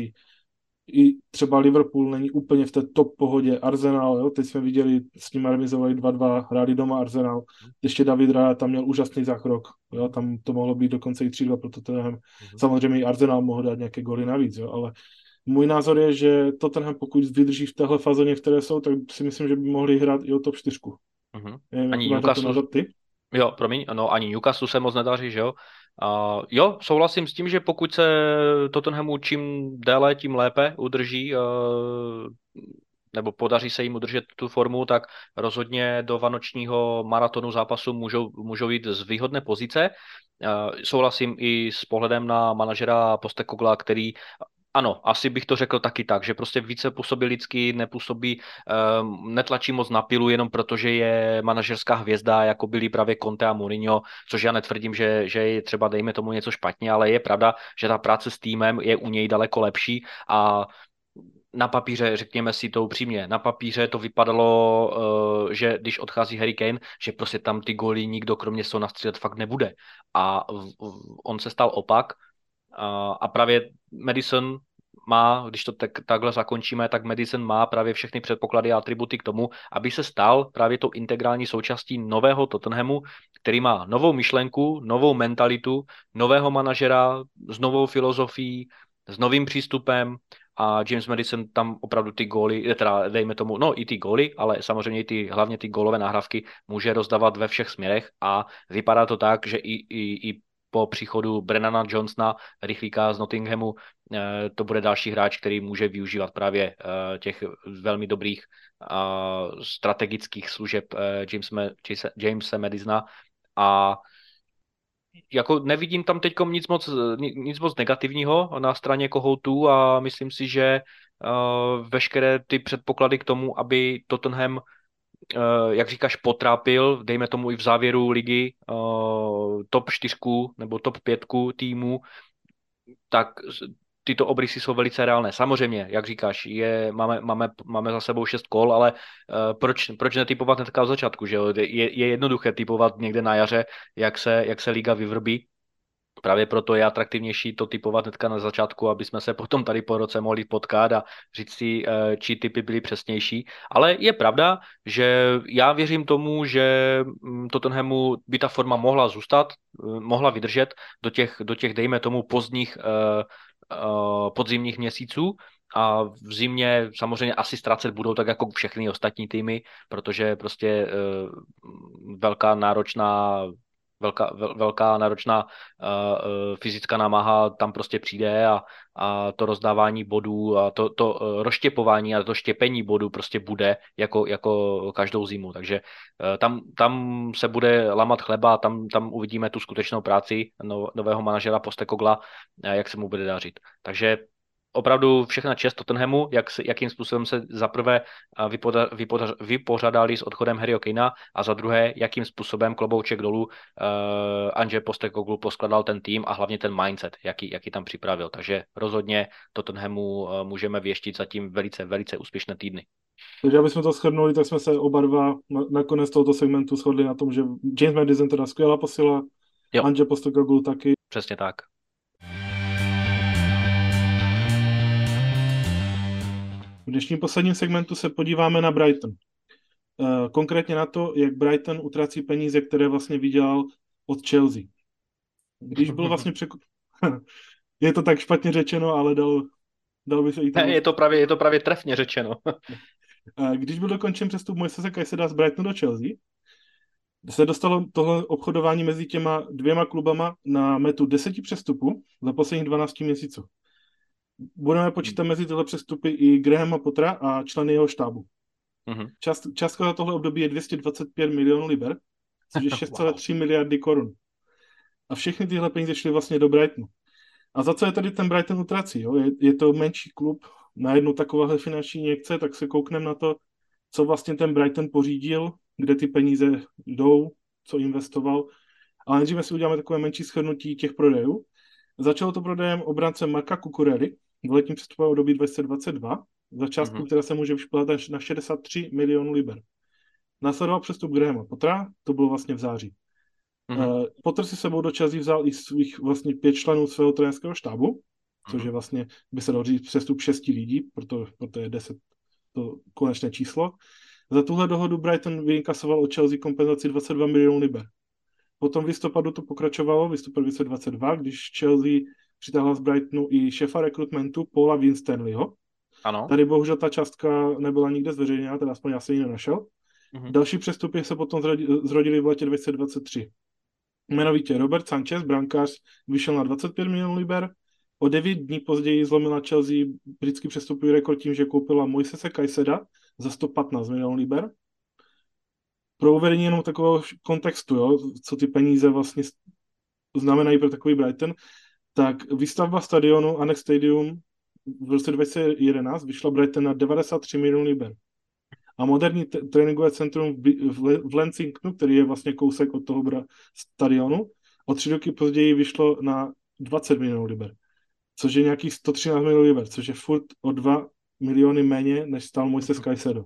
i třeba Liverpool není úplně v té top pohodě, Arsenal, jo? Teď jsme viděli, s nimi remizovali 2-2, hráli doma Arsenal, ještě David Raya tam měl úžasný zákrok, jo? Tam to mohlo být dokonce i 3-2 pro Tottenham. Samozřejmě i Arsenal mohl dát nějaké góly navíc, jo? Ale můj názor je, že Tottenham, pokud vydrží v téhle fazóně, v které jsou, tak si myslím, že by mohli hrát i o top 4. Ani Newcastle, jo, promiň, no ani Newcastle se moc nedaří, že jo? Jo, souhlasím s tím, že pokud se Tottenhamu čím déle, tím lépe udrží, nebo podaří se jim udržet tu formu, tak rozhodně do vánočního maratonu zápasu můžou jít z výhodné pozice. Souhlasím i s pohledem na manažera Postecogla, který ano, asi bych to řekl taky tak, že prostě více působí lidsky, netlačí moc na pilu jenom proto, že je manažerská hvězda, jako byli právě Conte a Mourinho, což já netvrdím, že je třeba dejme tomu něco špatně, ale je pravda, že ta práce s týmem je u něj daleko lepší a na papíře, řekněme si to upřímně, na papíře to vypadalo, že když odchází Harry Kane, že prostě tam ty góly nikdo kromě Sona střílet fakt nebude. A on se stal opak a právě Maddison má, když to takhle zakončíme, tak Maddison má právě všechny předpoklady a atributy k tomu, aby se stal právě tou integrální součástí nového Tottenhamu, který má novou myšlenku, novou mentalitu, nového manažera s novou filozofií, s novým přístupem a James Madison tam opravdu ty góly, teda dejme tomu, no i ty góly, ale samozřejmě hlavně ty gólové nahrávky může rozdávat ve všech směrech a vypadá to tak, že i po příchodu Brennana Johnsona, rychlíka z Nottinghamu, to bude další hráč, který může využívat právě těch velmi dobrých strategických služeb Jamesa Madisona a jako nevidím tam teď nic moc negativního na straně kohoutů a myslím si, že veškeré ty předpoklady k tomu, aby Tottenham, jak říkáš, potrápil, dejme tomu i v závěru ligy, top 4 nebo top 5 týmů, tak tyto obrysy jsou velice reálné. Samozřejmě, jak říkáš, máme za sebou 6 kol, ale proč netypovat hnedka od začátku, že jo? Je jednoduché typovat někde na jaře, jak se liga vyvrbí. Právě proto je atraktivnější to typovat hnedka na začátku, aby jsme se potom tady po roce mohli potkat a říct si, či typy byly přesnější. Ale je pravda, že já věřím tomu, že Tottenhamu by ta forma mohla zůstat, mohla vydržet do těch dejme tomu, pozdních podzimních měsíců a v zimě samozřejmě asi ztrácet budou tak jako všechny ostatní týmy, protože prostě velká náročná fyzická námaha tam prostě přijde a to rozdávání bodů a to rozštěpování a to štěpení bodů prostě bude jako každou zimu. Takže tam se bude lamat chleba a tam uvidíme tu skutečnou práci nového manažera Postecogla, jak se mu bude dařit. Takže opravdu všechna čest Tottenhamu, jakým způsobem se za prvé vypořádali s odchodem Harryho Kanea a za druhé, jakým způsobem klobouček dolů Ange Postecoglou poskladal ten tým a hlavně ten mindset, jaký tam připravil. Takže rozhodně Tottenhamu můžeme věštit zatím velice, velice úspěšné týdny. Takže abychom to shrnuli, tak jsme se oba dva nakonec tohoto segmentu shodli na tom, že James Madison teda skvělá posila, Ange Postecoglou taky. Přesně tak. V dnešním posledním segmentu se podíváme na Brighton. Konkrétně na to, jak Brighton utrací peníze, které vlastně vydělal od Chelsea. Když byl vlastně je to tak špatně řečeno, ale dal by se i to... Je to právě trefně řečeno. Když byl dokončen přestup Moisese Caiseda z Brightonu do Chelsea, se dostalo tohle obchodování mezi těma dvěma klubama na metu 10 přestupů za posledních 12 měsíců. Budeme počítat mezi tyhle přestupy i Grahama Pottera a členy jeho štábu. Částka za tohle období je 225 milionů liber, což je 6,3 miliardy korun. A všechny tyhle peníze šly vlastně do Brightonu. A za co je tady ten Brighton utrací? Jo? Je to menší klub, na jednu takováhle finanční injekce, tak se koukneme na to, co vlastně ten Brighton pořídil, kde ty peníze jdou, co investoval. Ale nejdříve si uděláme takové menší shrnutí těch prodejů. Začalo to prodejem obránce Marka Cucurelli v letním přestupovém období 2022 za částku, která se může vyšplhat až na 63 milionů liber. Následoval přestup Grahama Pottera, to bylo vlastně v září. Potter si sebou do Chelsea vzal i svých vlastně 5 členů svého trenerského štábu, což je vlastně, by se dalo říct, přestup 6 lidí, proto je 10 to konečné číslo. Za tuhle dohodu Brighton vyinkasoval od Chelsea kompenzaci 22 milionů liber. Potom v listopadu to pokračovalo, v listopadu 2022, když Chelsea přitáhla z Brightonu i šéfa rekrutmentu Paula Winstanleyho. Ano. Tady bohužel ta částka nebyla nikde zveřejněna, teda aspoň já jsem ji nenašel. Další přestupy se potom zrodily v letě 2023. Jmenovitě Robert Sanchez, brankář, vyšel na 25 milionů liber. O 9 dní později zlomila Chelsea britský přestupový rekord tím, že koupila Moisese Caiseda za 115 milionů liber. Pro uvedení jenom takového kontextu, jo, co ty peníze vlastně znamenají pro takový Brighton, tak výstavba stadionu Annex Stadium v roce 2011 vyšla Brighton na 93 milionů liber. A moderní tréninkové centrum v Lancingtonu, který je vlastně kousek od toho stadionu, o 3 roky později vyšlo na 20 milionů liber, což je nějakých 113 milionů liber, což je furt o 2 miliony méně, než stál Moises Caicedo.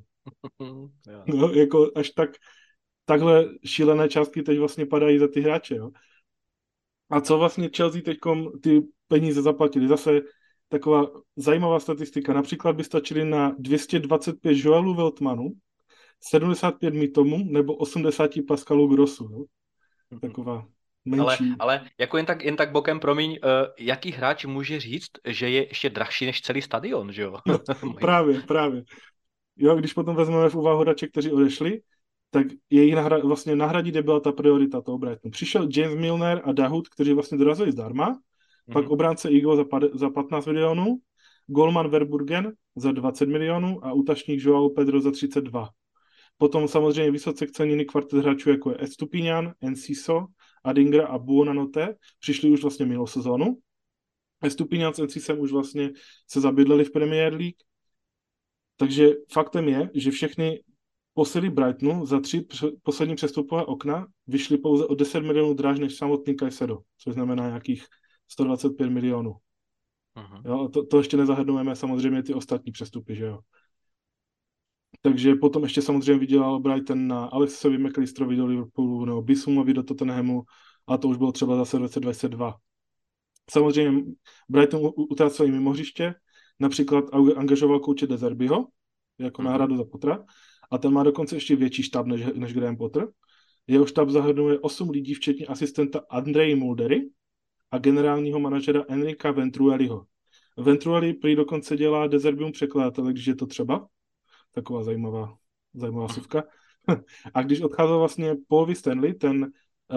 No, jako až takhle šílené částky teď vlastně padají za ty hráče. Jo? A co vlastně Chelsea teďkom ty peníze zaplatili? Zase taková zajímavá statistika. Například by stačili na 225 Joelu Veltmanu, 75 Mitomu nebo 80 Pascalu Grossu. Jo? Taková menší. Ale jako jen tak bokem, promiň, jaký hráč může říct, že je ještě drahší než celý stadion, že jo? No, právě. Jo, když potom vezmeme v úvahu hráče, kteří odešli, tak jejich vlastně nahradit je byla ta priorita toho Brightonu. Přišel James Milner a Dahoud, kteří vlastně dorazili zdarma, pak obránce Igo za 15 milionů, golman Verburgen za 20 milionů a útačník Joao Pedro za 32. Potom samozřejmě vysoce ceněný kvartet hráčů, jako je Estupiñán, Enciso, Adingra a Buonanotte, přišli už vlastně minulou sezónu. Estupiñán s Encisem už vlastně se zabydleli v Premier League. Takže faktem je, že všechny posily Brightonu za 3 poslední přestupové okna vyšly pouze o 10 milionů dráž než samotný Caicedo, což znamená nějakých 125 milionů. Jo, to ještě nezahrnujeme samozřejmě ty ostatní přestupy, že jo. Takže potom ještě samozřejmě vydělal Brighton na Alexovi McAllisterovi do Liverpoolu nebo Bisumovi do Tottenhamu, a to už bylo třeba zase v roce 2022. Samozřejmě Brighton utrácel i mimo hřiště, například angažoval kouče De Zerbiho jako náhradu za Pottera, a ten má dokonce ještě větší štáb než Graham Potter. Jeho štáb zahrnuje 8 lidí, včetně asistenta Andreji Muldery a generálního manažera Enrika Ventrueliho. Ventrueli prý dokonce dělá De Zerbium překladatele, když je to třeba. Taková zajímavá suvka. A když odcházel vlastně Paul Stanley, ten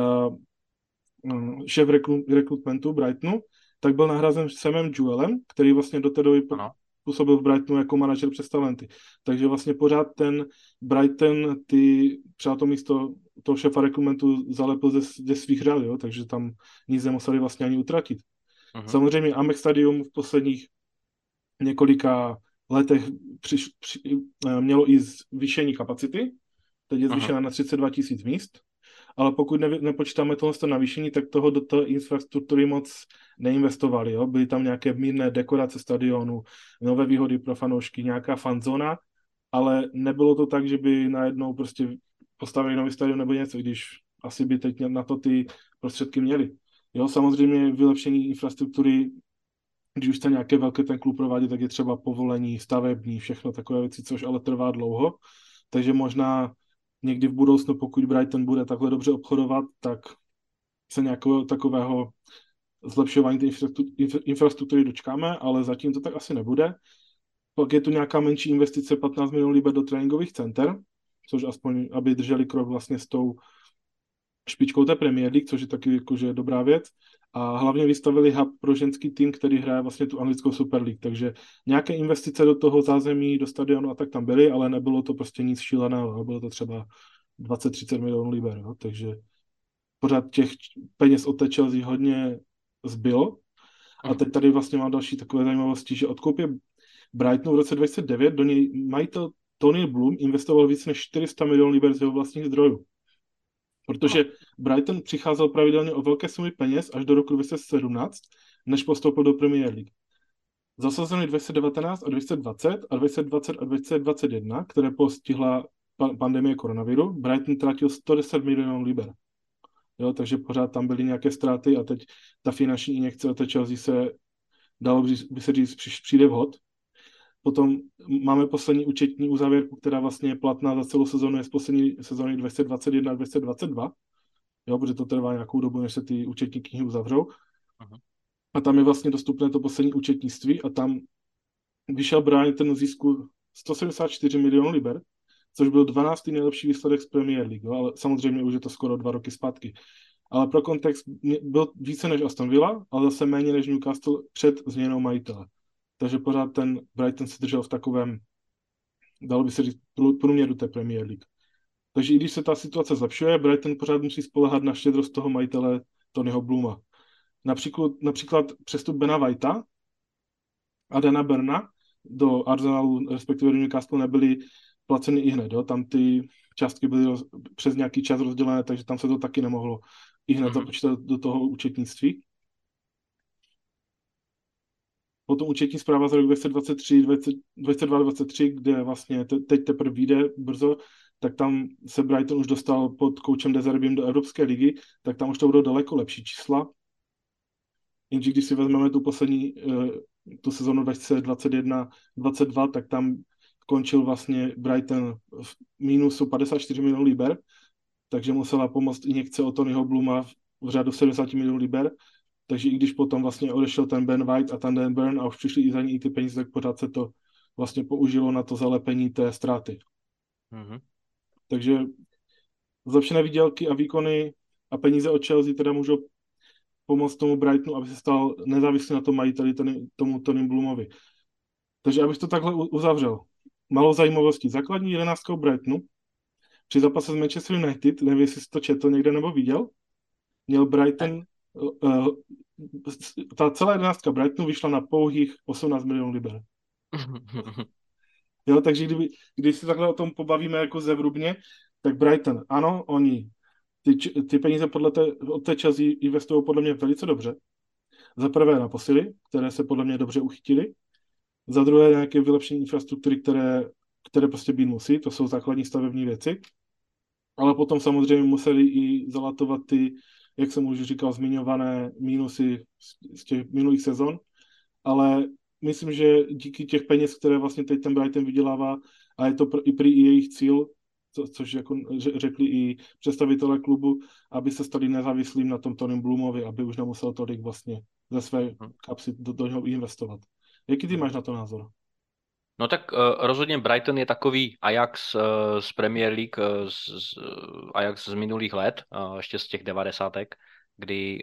šéf rekrutmentu Brightonu, tak byl nahrazen Samem Jewelem, který vlastně do té doby působil v Brightonu jako manažer přes talenty. Takže vlastně pořád ten Brighton třeba to místo toho šéfa rekrutmentu zalepil ze svých řad, jo? Takže tam nic nemuseli vlastně ani utratit. Samozřejmě Amex Stadium v posledních několika letech mělo i zvýšení kapacity, teď je zvýšena na 32 000 míst, ale pokud nepočítáme tohle navýšení, tak toho do té infrastruktury moc neinvestovali. Jo? Byly tam nějaké mírné dekorace stadionu, nové výhody pro fanoušky, nějaká fanzóna, ale nebylo to tak, že by najednou prostě postavili nový stadion nebo něco, když asi by teď na to ty prostředky měli. Jo, samozřejmě vylepšení infrastruktury, když už chce nějaké velké ten klub provádět, tak je třeba povolení, stavební, všechno takové věci, což ale trvá dlouho. Takže možná někdy v budoucnu, pokud Brighton bude takhle dobře obchodovat, tak se nějakého takového zlepšování té infrastruktury dočkáme, ale zatím to tak asi nebude. Pak je tu nějaká menší investice 15 milionů liber do tréninkových center, což aspoň, aby drželi krok vlastně s tou špičkou té Premier League, což je taky jakože dobrá věc. A hlavně vystavili hub pro ženský tým, který hraje vlastně tu anglickou Super League. Takže nějaké investice do toho zázemí, do stadionu a tak tam byly, ale nebylo to prostě nic šíleného. Bylo to třeba 20-30 milionů liber. Jo? Takže pořád těch peněz od té Chelsea hodně zbylo. A teď tady vlastně mám další takové zajímavosti, že odkoupě Brightonu v roce 2009 do něj majitel Tony Bloom investoval víc než 400 milionů liber z jeho vlastních zdrojů. Protože Brighton přicházel pravidelně o velké sumy peněz až do roku 2017, než postoupil do Premier League. Za sezóny 2019 a 2020 a 2020 a 2021, které postihla pandemie koronaviru, Brighton tratil 110 milionů liber. Jo, takže pořád tam byly nějaké ztráty a teď ta finanční injekce od Chelsea se, dalo by se říct, přijde vhod. Potom máme poslední účetní uzávěrku, která vlastně je platná za celou sezónu, je z poslední sezóny 2021 a 2022. Jo, protože to trvá nějakou dobu, než se ty účetní knihy uzavřou. A tam je vlastně dostupné to poslední účetnictví a tam vyšel Brighton zisku 174 milionů liber, což byl 12. nejlepší výsledek z Premier League, jo, ale samozřejmě už je to skoro 2 roky zpátky. Ale pro kontext byl více než Aston Villa, ale zase méně než Newcastle před změnou majitele. Takže pořád ten Brighton se držel v takovém, dalo by se říct, průměru té Premier League. Takže i když se ta situace zlepšuje, Brighton pořád musí spoléhat na štědrost toho majitele Tonyho Blooma. Například přestup Bena Whitea a Dana Burna do Arsenalu, respektive do Newcastle, nebyly placeny i hned. Jo? Tam ty částky byly přes nějaký čas rozdělené, takže tam se to taky nemohlo i hned započítat do toho účetnictví. Potom účetní zpráva za rok 2022-2023, kde vlastně teď teprve vyjde brzo, tak tam se Brighton už dostal pod koučem De Zerbim do Evropské ligy, tak tam už to budou daleko lepší čísla. Jenže když si vezmeme tu poslední, tu sezonu 2021-2022, tak tam končil vlastně Brighton v mínusu 54 milionů liber, takže musela pomoct injekce od Tonyho Blooma v řádu 70 milionů liber, takže i když potom vlastně odešel ten Ben White a ten Dan Burn a už přišli i za ní i ty peníze, tak pořád se to vlastně použilo na to zalepení té ztráty. Mm-hmm. Takže zlepšené výdělky a výkony a peníze od Chelsea teda můžou pomoct tomu Brightonu, aby se stal nezávislý na tom majiteli, tomu Tony Bloomovi. Takže abych to takhle uzavřel. Malou zajímavostí. Základní 11 Brightonu při zápase s Manchester United, nevím, jestli jsi to četl někde nebo viděl, měl Brighton, ta celá 11 Brightonu vyšla na pouhých 18 milionů liber. Jo, takže když si takhle o tom pobavíme jako zevrubně, tak Brighton, ano, oni ty peníze od té Chelsea investují podle mě velice dobře. Za prvé na posily, které se podle mě dobře uchytily. Za druhé nějaké vylepšení infrastruktury, které prostě být musí, to jsou základní stavební věci. Ale potom samozřejmě museli i zalatovat ty, jak jsem už říkal, zmiňované mínusy z těch minulých sezon. Ale myslím, že díky těch peněz, které vlastně teď ten Brighton vydělává, a je to i prý jejich cíl, což jako řekli i představitelé klubu, aby se stali nezávislým na tom Tonym Bloomovi, aby už nemusel tolik vlastně ze své kapsy do něho investovat. Jaký ty máš na to názor? No tak rozhodně Brighton je takový Ajax z Premier League, Ajax z minulých let, ještě z těch 90. kdy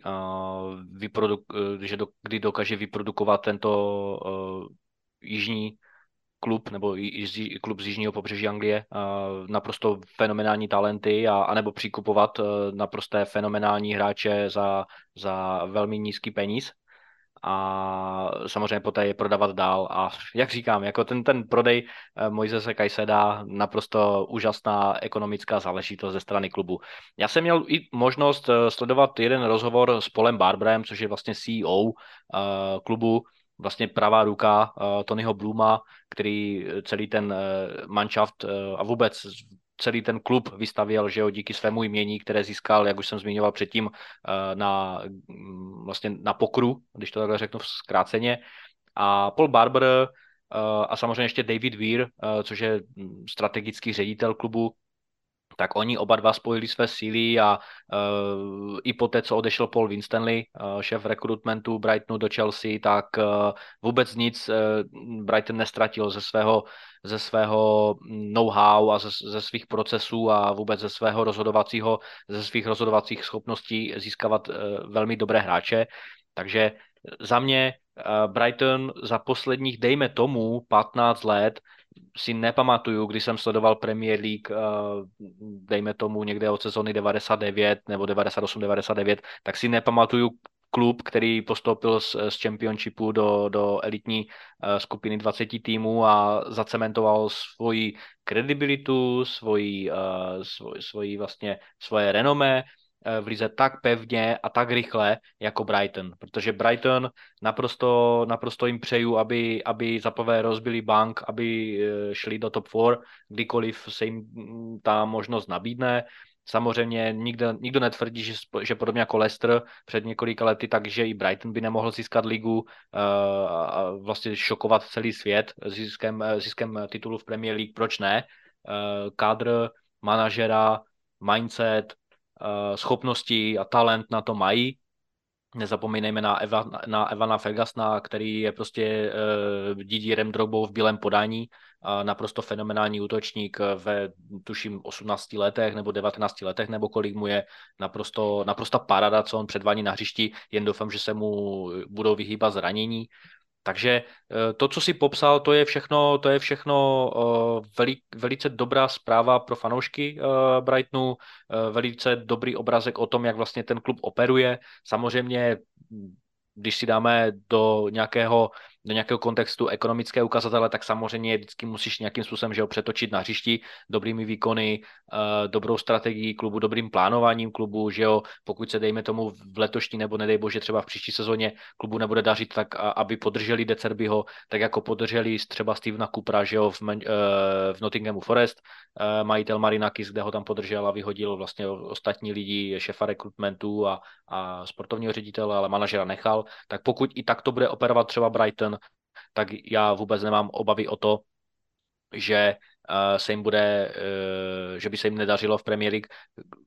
dokáže vyprodukovat tento jižní klub nebo klub z jižního pobřeží Anglie naprosto fenomenální talenty anebo přikupovat naprosté fenomenální hráče za velmi nízký peníz a samozřejmě poté je prodávat dál a jak říkám, jako ten prodej Moisese Caicedo naprosto úžasná ekonomická záležitost ze strany klubu. Já jsem měl i možnost sledovat jeden rozhovor s Paulem Barberem, což je vlastně CEO klubu, vlastně pravá ruka Tonyho Blooma, který celý ten manšaft a vůbec celý ten klub vystavěl, že jo, díky svému jmění, které získal, jak už jsem zmiňoval předtím, vlastně na pokru, když to takhle řeknu zkráceně. A Paul Barber a samozřejmě ještě David Weir, což je strategický ředitel klubu, tak oni oba dva spojili své síly a i poté, co odešel Paul Winstanley, šéf rekrutmentu Brightonu do Chelsea, tak vůbec nic Brighton nestratil ze svého know-how a ze svých procesů a vůbec ze svých rozhodovacích schopností získávat velmi dobré hráče. Takže za mě Brighton za posledních, dejme tomu, 15 let si nepamatuju, když jsem sledoval Premier League, dejme tomu někde od sezony 99 nebo 98-99, tak si nepamatuju klub, který postoupil z Championshipu do elitní skupiny 20 týmů a zacementoval svoji kredibilitu, svoje renomé v lize tak pevně a tak rychle jako Brighton, protože Brighton naprosto jim přeju, aby za prvé rozbili bank, aby šli do top 4, kdykoliv se jim ta možnost nabídne. Samozřejmě nikdo netvrdí, že podobně jako Leicester před několika lety, takže i Brighton by nemohl získat ligu a vlastně šokovat celý svět ziskem titulu v Premier League. Proč ne? Kádr, manažera, mindset, schopnosti a talent na to mají. Nezapomínejme na Evana Fergusona, který je prostě Didierem Drogbou v bílém podání. Naprosto fenomenální útočník ve, tuším, 18 letech nebo 19 letech, nebo kolik mu je, naprosto parada, co on předvádí na hřišti, jen doufám, že se mu budou vyhýbat zranění. Takže to, co si popsal, to je všechno velice dobrá zpráva pro fanoušky Brightonu, velice dobrý obrazek o tom, jak vlastně ten klub operuje. Samozřejmě, když si dáme do nějakého kontextu ekonomické ukazatele, tak samozřejmě vždycky musíš nějakým způsobem, že ho přetočit na hřišti dobrými výkony, dobrou strategií klubu, dobrým plánováním klubu, že jo, pokud se dejme tomu v letošní nebo nedej bože třeba v příští sezóně klubu nebude dařit tak, aby podrželi De Zerbiho, tak jako podrželi třeba Stevena Coopera, že jo, v Nottinghamu Forest, majitel Marinakis, kde ho tam podržel a vyhodil vlastně ostatní lidi, šefa rekrutmentu a sportovního ředitele, ale manažera nechal, tak pokud i tak to bude operovat třeba Brighton, tak já vůbec nemám obavy o to, že by se jim nedařilo v Premier League.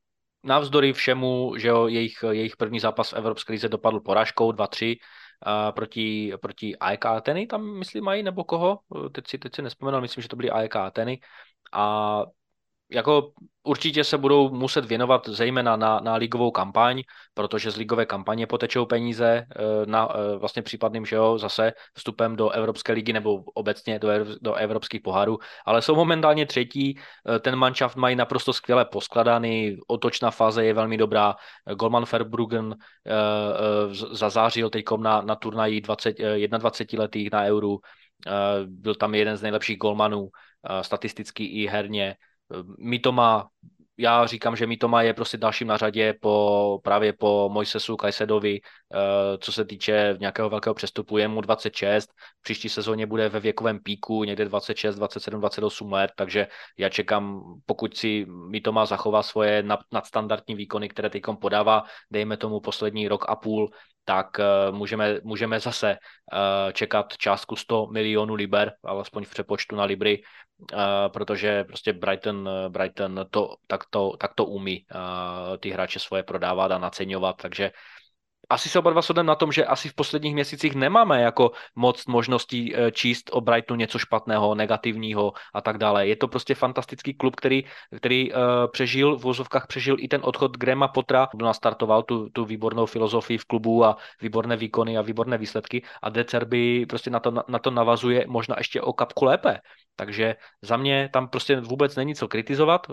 navzdory všemu, že jo, jejich první zápas v Evropské lize dopadl porážkou 2-3 proti AEK Ateny, tam myslím mají, nebo koho, teď si nespomínal, myslím, že to byly AEK Ateny a jako určitě se budou muset věnovat zejména na ligovou kampaň, protože z ligové kampaně potečou peníze na vlastně případným, že jo, zase vstupem do Evropské ligy nebo obecně do evropských pohárů, ale jsou momentálně třetí, ten manšaft mají naprosto skvěle poskladaný, otočná fáze je velmi dobrá, Golman Verbruggen zazářil teďkom na turnaji 21letých na Euru, byl tam jeden z nejlepších golmanů, statisticky i herně. Mitoma, já říkám, že Mitoma je prostě dalším na řadě právě po Moisesu Caicedovi, co se týče nějakého velkého přestupu, je mu 26, v příští sezóně bude ve věkovém píku někde 26, 27, 28 let, takže já čekám, pokud si Mitoma zachová svoje nadstandardní výkony, které teď podává, dejme tomu poslední rok a půl, tak můžeme zase čekat částku 100 milionů liber, alespoň v přepočtu na libry, protože prostě Brighton tak to umí ty hráče svoje prodávat a naceňovat, takže asi se oba dva shodneme na tom, že asi v posledních měsících nemáme jako moc možností číst o Brightonu něco špatného, negativního a tak dále. Je to prostě fantastický klub, který přežil, v vozovkách přežil i ten odchod Grahama Pottera, kdo nastartoval tu výbornou filozofii v klubu a výborné výkony a výborné výsledky a De Zerbi prostě na to navazuje možná ještě o kapku lépe. Takže za mě tam prostě vůbec není co kritizovat,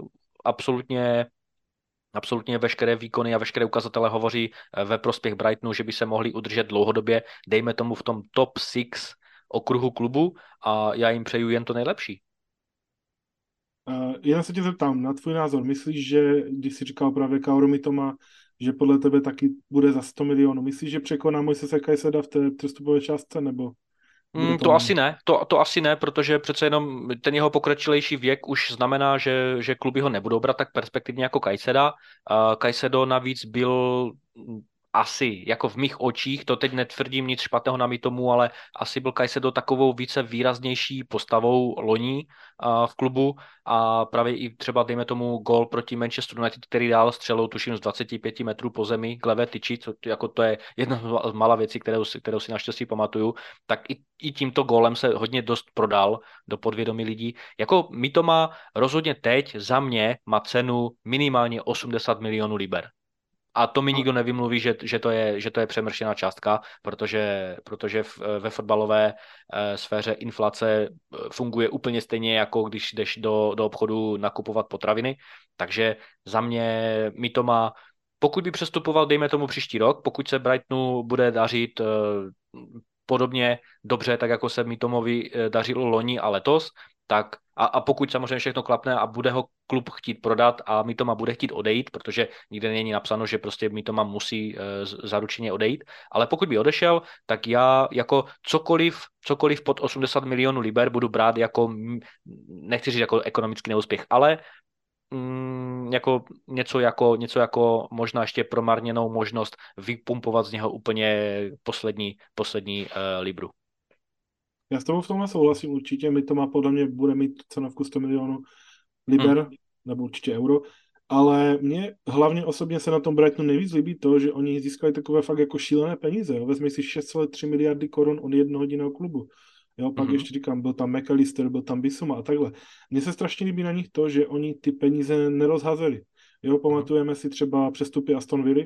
absolutně veškeré výkony a veškeré ukazatele hovoří ve prospěch Brightonu, že by se mohli udržet dlouhodobě, dejme tomu v tom top 6 okruhu klubu a já jim přeju jen to nejlepší. Jen se tě zeptám, na tvůj názor, myslíš, že když jsi říkal právě Kaoru Mitoma, že podle tebe taky bude za 100 milionů, myslíš, že překoná Moisese Caicedo v té přestupové částce, nebo? To asi ne, to asi ne, protože přece jenom ten jeho pokročilejší věk už znamená, že kluby ho nebudou brát tak perspektivně jako Caicedo. Caicedo navíc byl asi, jako v mých očích, to teď netvrdím nic špatného na Mitomu, ale asi byl Caicedo takovou více výraznější postavou loní v klubu a právě i třeba dejme tomu gól proti Manchester United, který dal střelou tuším z 25 metrů po zemi k levé tyči, jako to je jedna z mála věcí, kterou si naštěstí pamatuju, tak i tímto gólem se hodně dost prodal do podvědomí lidí. Jako Mitoma rozhodně teď za mě má cenu minimálně 80 milionů liber. A to mi nikdo nevymluví, že to je přemrštěná částka, protože ve fotbalové sféře inflace funguje úplně stejně, jako když jdeš do obchodu nakupovat potraviny. Takže za mě Mitoma, pokud by přestupoval, dejme tomu příští rok, pokud se Brightonu bude dařit podobně dobře, tak jako se Mitomovi dařilo loni a letos, tak a pokud samozřejmě všechno klapne a bude ho klub chtít prodat a Mitoma bude chtít odejít, protože nikde není napsáno, že prostě Mitoma musí zaručeně odejít, ale pokud by odešel, tak já jako cokoliv pod 80 milionů liber budu brát jako, nechci říct jako ekonomický neúspěch, ale jako něco jako možná ještě promarněnou možnost vypumpovat z něho úplně poslední libru. Já s tebou v tomhle souhlasím určitě, Mitoma podle mě bude mít cenovku 100 milionů liber, nebo určitě euro, ale mně hlavně osobně se na tom Brightonu nejvíc líbí to, že oni získali takové fakt jako šílené peníze. Jo? Vezmi si 6,3 miliardy korun od jednohodinného klubu. Jo, pak ještě říkám, byl tam McAllister, byl tam Bissouma a takhle. Mně se strašně líbí na nich to, že oni ty peníze nerozházeli. Jo, pamatujeme si třeba přestupy Aston Villa,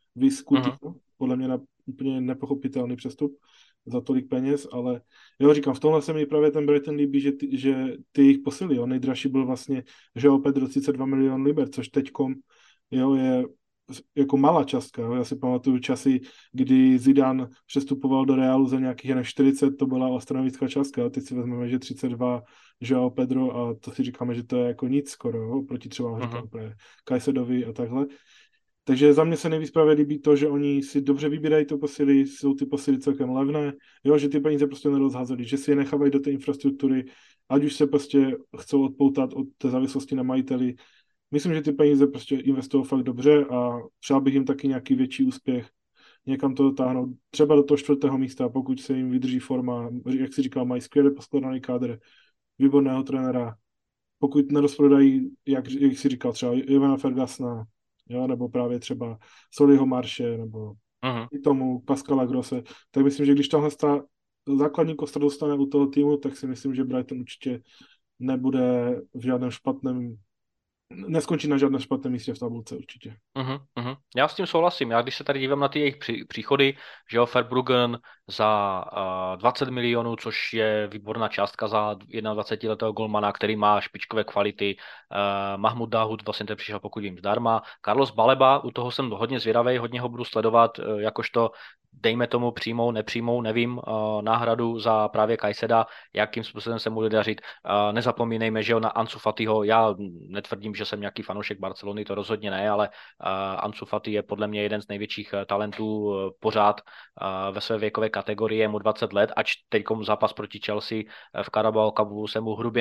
podle mě úplně nepochopitelný přestup za tolik peněz, ale jo, říkám, v tomhle se mi právě ten Brighton líbí, že ty jich posily, jo, nejdražší byl vlastně João Pedro 32 milionů liber, což teďkom, jo, je jako malá částka, jo. Já si pamatuju časy, kdy Zidane přestupoval do Realu za nějakých jen 40, to byla astronomická částka, jo. Teď si vezmeme, že 32 João Pedro a to si říkáme, že to je jako nic skoro, jo, proti třeba Caicedovi a takhle. Takže za mě se nejvíc právě líbí to, že oni si dobře vybírají to posily, jsou ty posily celkem levné, jo, že ty peníze prostě nerozházeli, že si je nechávají do té infrastruktury, ať už se prostě chcou odpoutat od té závislosti na majiteli. Myslím, že ty peníze prostě investují fakt dobře a přál bych jim taky nějaký větší úspěch, někam to dotáhnout, třeba do toho 4. místa, pokud se jim vydrží forma, jak si říkal, mají skvěle poskladaný kádr, výborného trenéra, pokud nerozprodají, jak si říkal, třeba Ivana Fergusona, jo, nebo právě třeba Soliho Marše, nebo i tomu Pascala Grosse, tak myslím, že když tahle základní kostra dostane u toho týmu, tak si myslím, že Brighton určitě nebude v žádném špatném, neskončí na žádném špatném místě v tabulce určitě. Já s tím souhlasím. Já když se tady dívám na ty jejich příchody, že jo, Verbruggen za 20 milionů, což je výborná částka za 21letého golmana, který má špičkové kvality. Mahmoud Dahoud vlastně ten přišel, pokud vím, zdarma. Carlos Baleba, u toho jsem hodně zvědavý, hodně ho budu sledovat, jakožto dejme tomu přímou, nepřímou, nevím, náhradu za právě Kajseda, jakým způsobem se mu bude dařit. Nezapomínejme, že jo, na Ansu Fatiho, já netvrdím, že jsem nějaký fanoušek Barcelony, to rozhodně ne, ale Ansu Fati je podle mě jeden z největších talentů pořád ve své věkové kategorii, je mu 20 let, ač teďkom zápas proti Chelsea v Carabao Cupu se mu hrubě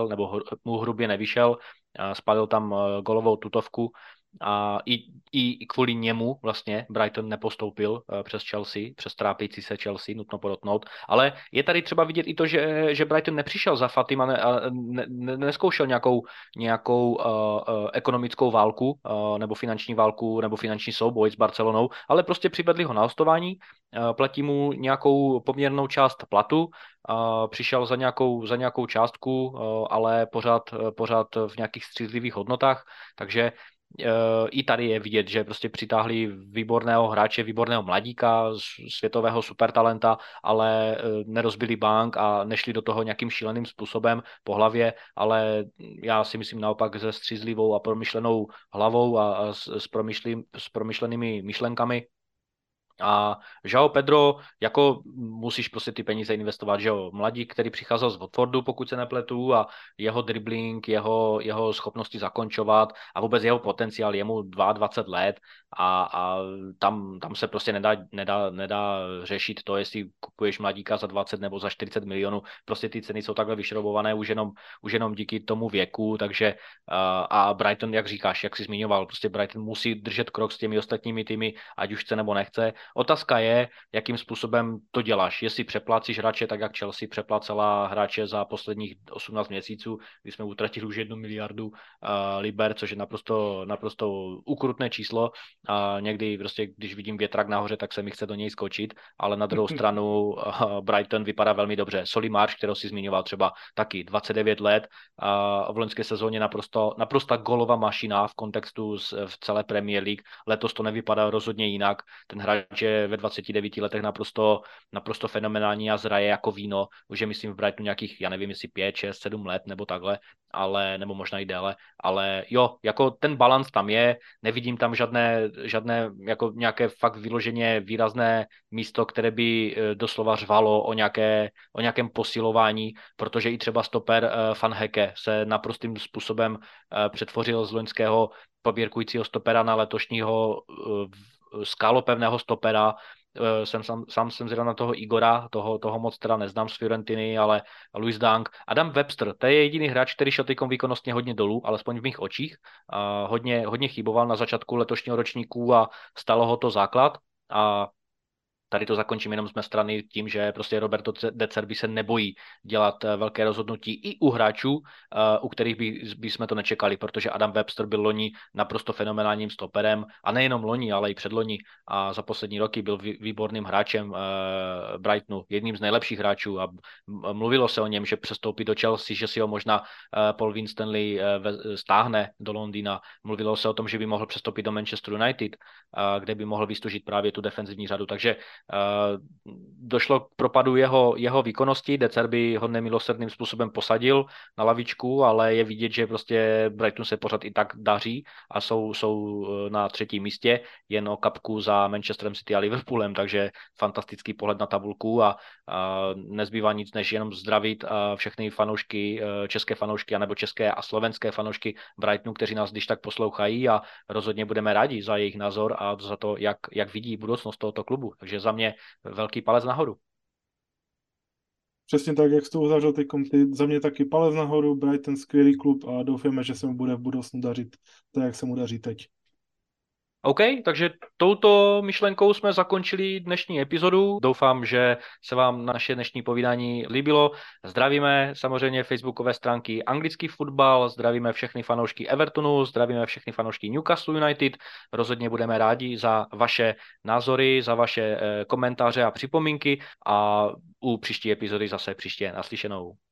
nevyšel, spalil tam golovou tutovku, a i kvůli němu vlastně Brighton nepostoupil přes Chelsea, přes trápící se Chelsea, nutno podotknout. Ale je tady třeba vidět i to, že Brighton nepřišel za Fatim a neskoušel nějakou ekonomickou válku nebo finanční válku nebo finanční souboj s Barcelonou, ale prostě přivedli ho na hostování, platí mu nějakou poměrnou část platu, přišel za nějakou částku, ale pořád v nějakých střízlivých hodnotách, takže i tady je vidět, že prostě přitáhli výborného hráče, výborného mladíka, světového supertalenta, ale nerozbili bank a nešli do toho nějakým šíleným způsobem po hlavě, ale já si myslím naopak se střízlivou a promyšlenou hlavou a s promyšlenými myšlenkami. A João Pedro, jako musíš prostě ty peníze investovat, že jo, mladík, který přicházel z Watfordu, pokud se nepletu, a jeho dribbling, jeho schopnosti zakončovat a vůbec jeho potenciál, je mu 22 let a tam se prostě nedá řešit to, jestli kupuješ mladíka za 20 nebo za 40 milionů, prostě ty ceny jsou takhle vyšrobované už jenom díky tomu věku, takže a Brighton, jak říkáš, jak jsi zmiňoval, prostě Brighton musí držet krok s těmi ostatními týmy, ať už chce nebo nechce. Otázka je, jakým způsobem to děláš. Jestli přeplácíš hráče tak, jak Chelsea přeplácela hráče za posledních 18 měsíců, kdy jsme utratili už 1 miliardu liber, což je naprosto ukrutné číslo. A někdy prostě, když vidím větrak nahoře, tak se mi chce do něj skočit, ale na druhou stranu Brighton vypadá velmi dobře. Solly March, kterou si zmiňoval, třeba taky 29 let, v loňské sezóně naprosto golová mašina v kontextu v celé Premier League. Letos to nevypadá rozhodně jinak. Ten hráč je ve 29 letech naprosto fenomenální a zraje jako víno. Už je, myslím, v Brightonu nějakých, já nevím, jestli 5, 6, 7 let nebo takhle, nebo možná i déle, ale jo, jako ten balans tam je, nevidím tam žádné jako nějaké fakt vyloženě výrazné místo, které by doslova řvalo o nějakém posilování, protože i třeba stoper Van Hecke se naprostým způsobem přetvořil z loňského poběrkujícího stopera na letošního skálopevného stopera. Sám jsem zvědav na toho Igora, toho moc teda neznám z Fiorentiny, ale Louis Dunk. Adam Webster, to je jediný hráč, který šel teďkom výkonnostně hodně dolů, alespoň v mých očích. Hodně chyboval na začátku letošního ročníku a stalo ho to základ. A tady to zakončím jenom z mé strany tím, že prostě Roberto De Zerbi se nebojí dělat velké rozhodnutí i u hráčů, u kterých by jsme to nečekali, protože Adam Webster byl loni naprosto fenomenálním stoperem a nejenom loni, ale i předloni a za poslední roky byl výborným hráčem Brightonu, jedním z nejlepších hráčů a mluvilo se o něm, že přestoupí do Chelsea, že si ho možná Paul Winstanley stáhne do Londýna. Mluvilo se o tom, že by mohl přestoupit do Manchester United, kde by mohl vystužit právě tu defenzivní řadu, takže došlo k propadu jeho výkonnosti. De Zerbi ho nemilosrdným způsobem posadil na lavičku, ale je vidět, že prostě Brighton se pořád i tak daří a jsou na 3. místě, jen o kapku za Manchesterem City a Liverpoolem, takže fantastický pohled na tabulku a nezbývá nic, než jenom zdravit všechny fanoušky, české fanoušky anebo české a slovenské fanoušky Brightonu, kteří nás když tak poslouchají a rozhodně budeme rádi za jejich názor a za to, jak vidí budoucnost tohoto klubu. Takže za mě velký palec nahoru. Přesně tak, jak jsi to uzavřel teď, za mě taky palec nahoru, Brighton skvělý klub a doufáme, že se mu bude v budoucnu dařit tak, jak se mu daří teď. OK, takže touto myšlenkou jsme zakončili dnešní epizodu. Doufám, že se vám naše dnešní povídání líbilo. Zdravíme samozřejmě facebookové stránky Anglický fotbal, zdravíme všechny fanoušky Evertonu, zdravíme všechny fanoušky Newcastle United. Rozhodně budeme rádi za vaše názory, za vaše komentáře a připomínky a u příští epizody zase příště naslyšenou.